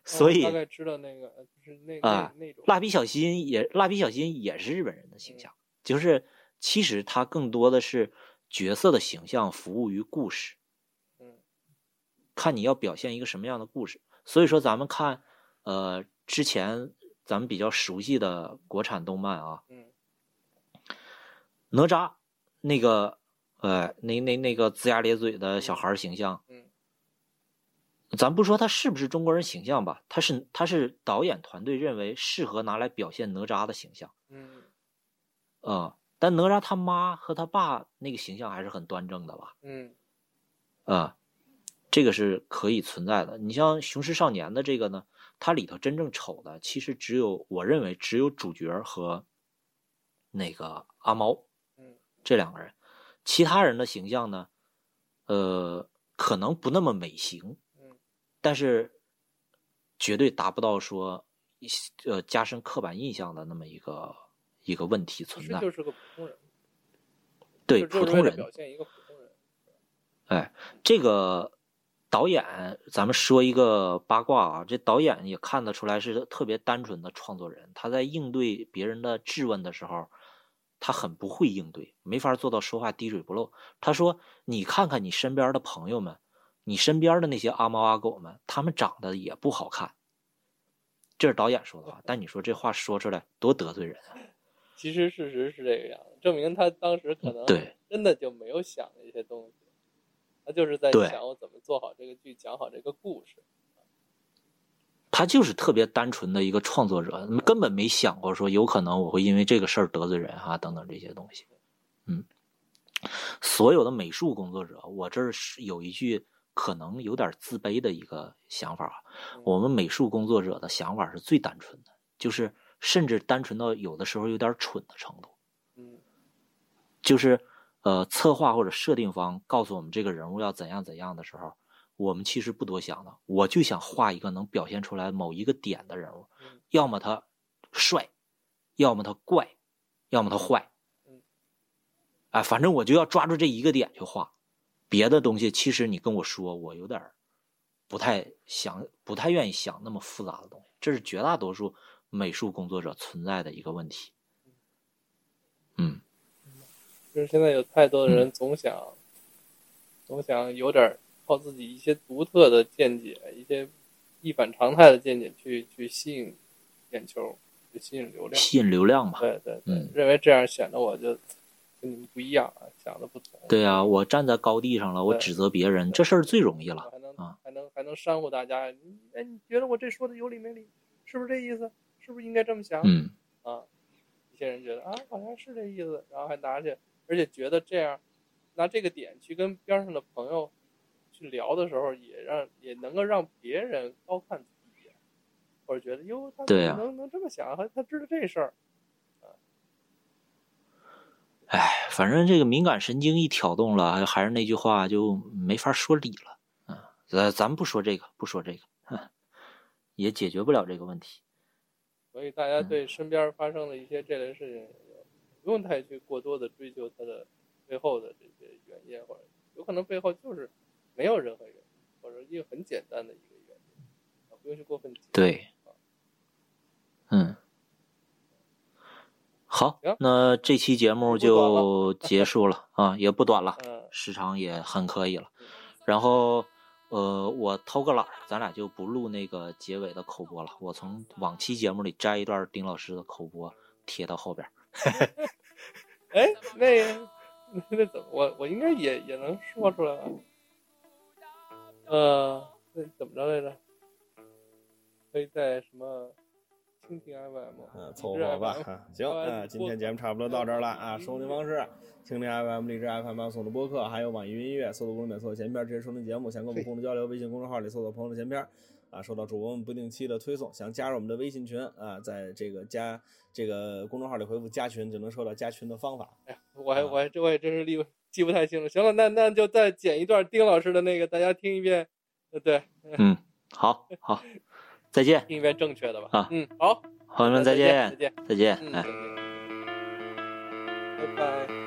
B: 所以、
C: 哦、大概知道那个就是那
B: 啊、
C: 那那种
B: 蜡笔小新也蜡笔小新也是日本人的形象，嗯、就是其实他更多的是角色的形象服务于故事，
C: 嗯，
B: 看你要表现一个什么样的故事。所以说咱们看呃之前咱们比较熟悉的国产动漫啊，
C: 嗯，
B: 哪吒那个呃那那那个龇牙咧嘴的小孩形象，
C: 嗯。嗯
B: 咱不说他是不是中国人形象吧，他是他是导演团队认为适合拿来表现哪吒的形象。
C: 嗯，
B: 呃，但哪吒他妈和他爸那个形象还是很端正的吧？
C: 嗯，
B: 呃，这个是可以存在的。你像《雄狮少年》的这个呢，它里头真正丑的其实只有，我认为只有主角和那个阿猫，
C: 嗯，这
B: 两个人，其他人的形象呢，呃，可能不那么美型。但是绝对达不到说呃加深刻板印象的那么一个一个问题存在。
C: 其实就是个普通人，
B: 对，普通人
C: 表现一个普通人。
B: 哎，这个导演咱们说一个八卦啊，这导演也看得出来是特别单纯的创作人，他在应对别人的质问的时候，他很不会应对，没法做到说话滴水不漏。他说你看看你身边的朋友们，你身边的那些阿猫阿狗们，他们长得也不好看，这是导演说的话。但你说这话说出来多得罪人啊！
C: 其实事实是这个样子，证明他当时可能真的就没有想这些东西，他就是在想我怎么做好这个剧，讲好这个故事。
B: 他就是特别单纯的一个创作者，根本没想过说有可能我会因为这个事儿得罪人啊等等这些东西。嗯，所有的美术工作者，我这儿是有一句可能有点自卑的一个想法，我们美术工作者的想法是最单纯的，就是甚至单纯到有的时候有点蠢的程度。
C: 嗯，
B: 就是呃，策划或者设定方告诉我们这个人物要怎样怎样的时候，我们其实不多想的，我就想画一个能表现出来某一个点的人物，要么他帅，要么他怪，要么他坏。哎，反正我就要抓住这一个点去画。别的东西其实你跟我说，我有点不太想，不太愿意想那么复杂的东西，这是绝大多数美术工作者存在的一个问题。嗯，
C: 就是现在有太多的人总想、嗯、总想有点靠自己一些独特的见解，一些一反常态的见解去去吸引眼球，去吸引流量，
B: 吸引流量嘛。
C: 对对对、
B: 嗯，
C: 认为这样显得我就跟你们不一样啊，想的不同。
B: 对啊，我站在高地上了，我指责别人，这事儿最容易了。
C: 还能、
B: 啊、
C: 还能还能煽乎大家，哎，你觉得我这说的有理没理？是不是这意思？是不是应该这么想？
B: 嗯，
C: 啊，一些人觉得啊，好像是这意思，然后还拿去，而且觉得这样拿这个点去跟边上的朋友去聊的时候，也让也能够让别人高看自己一眼，或者觉得哟，他能、啊、能这么想，还他知道这事儿。
B: 哎，反正这个敏感神经一挑动了，还是那句话，就没法说理了。嗯，咱咱不说这个，不说这个，也解决不了这个问题。
C: 所以大家对身边发生的一些这类事情，嗯、不用太去过多的追究它的背后的这些原因，或者有可能背后就是没有任何原因，或者一个很简单的一个原因，不用去过分解。
B: 对，嗯。好，那这期节目就结束了啊，也不短了，时长也很可以了。然后，呃，我偷个懒，咱俩就不录那个结尾的口播了。我从往期节目里摘一段丁老师的口播贴到后边。
C: 哎，那那怎么我我应该也也能说出来了？呃，那怎么着来着？可以在什么？蜻蜓 F M，
D: 嗯，凑合吧，啊，行，啊，今天节目差不多到这儿了啊。收听方式：蜻蜓 F M、荔枝 F M 送的播客，还有网易云音乐，搜索公众点搜索前边，直接收听节目。想跟我们互动交流，微信公众号里搜索朋友的前边，啊，收到主播们不定期的推送。想加入我们的微信群啊，在这个加这个公众号里回复加群，就能收到加群的方法。
C: 哎呀，我还我还这我也真是记记不太清楚。行了，那那就再剪一段丁老师的那个，大家听一遍。呃，对，
B: 嗯，好，好。再见，
C: 听一遍正确的吧。
B: 啊，
C: 嗯，好，
B: 朋友们再见，
C: 再见，
B: 再见，
C: 嗯、
B: 哎，
C: 拜拜。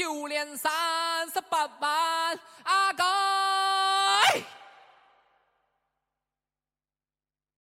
E: 九年三十八万。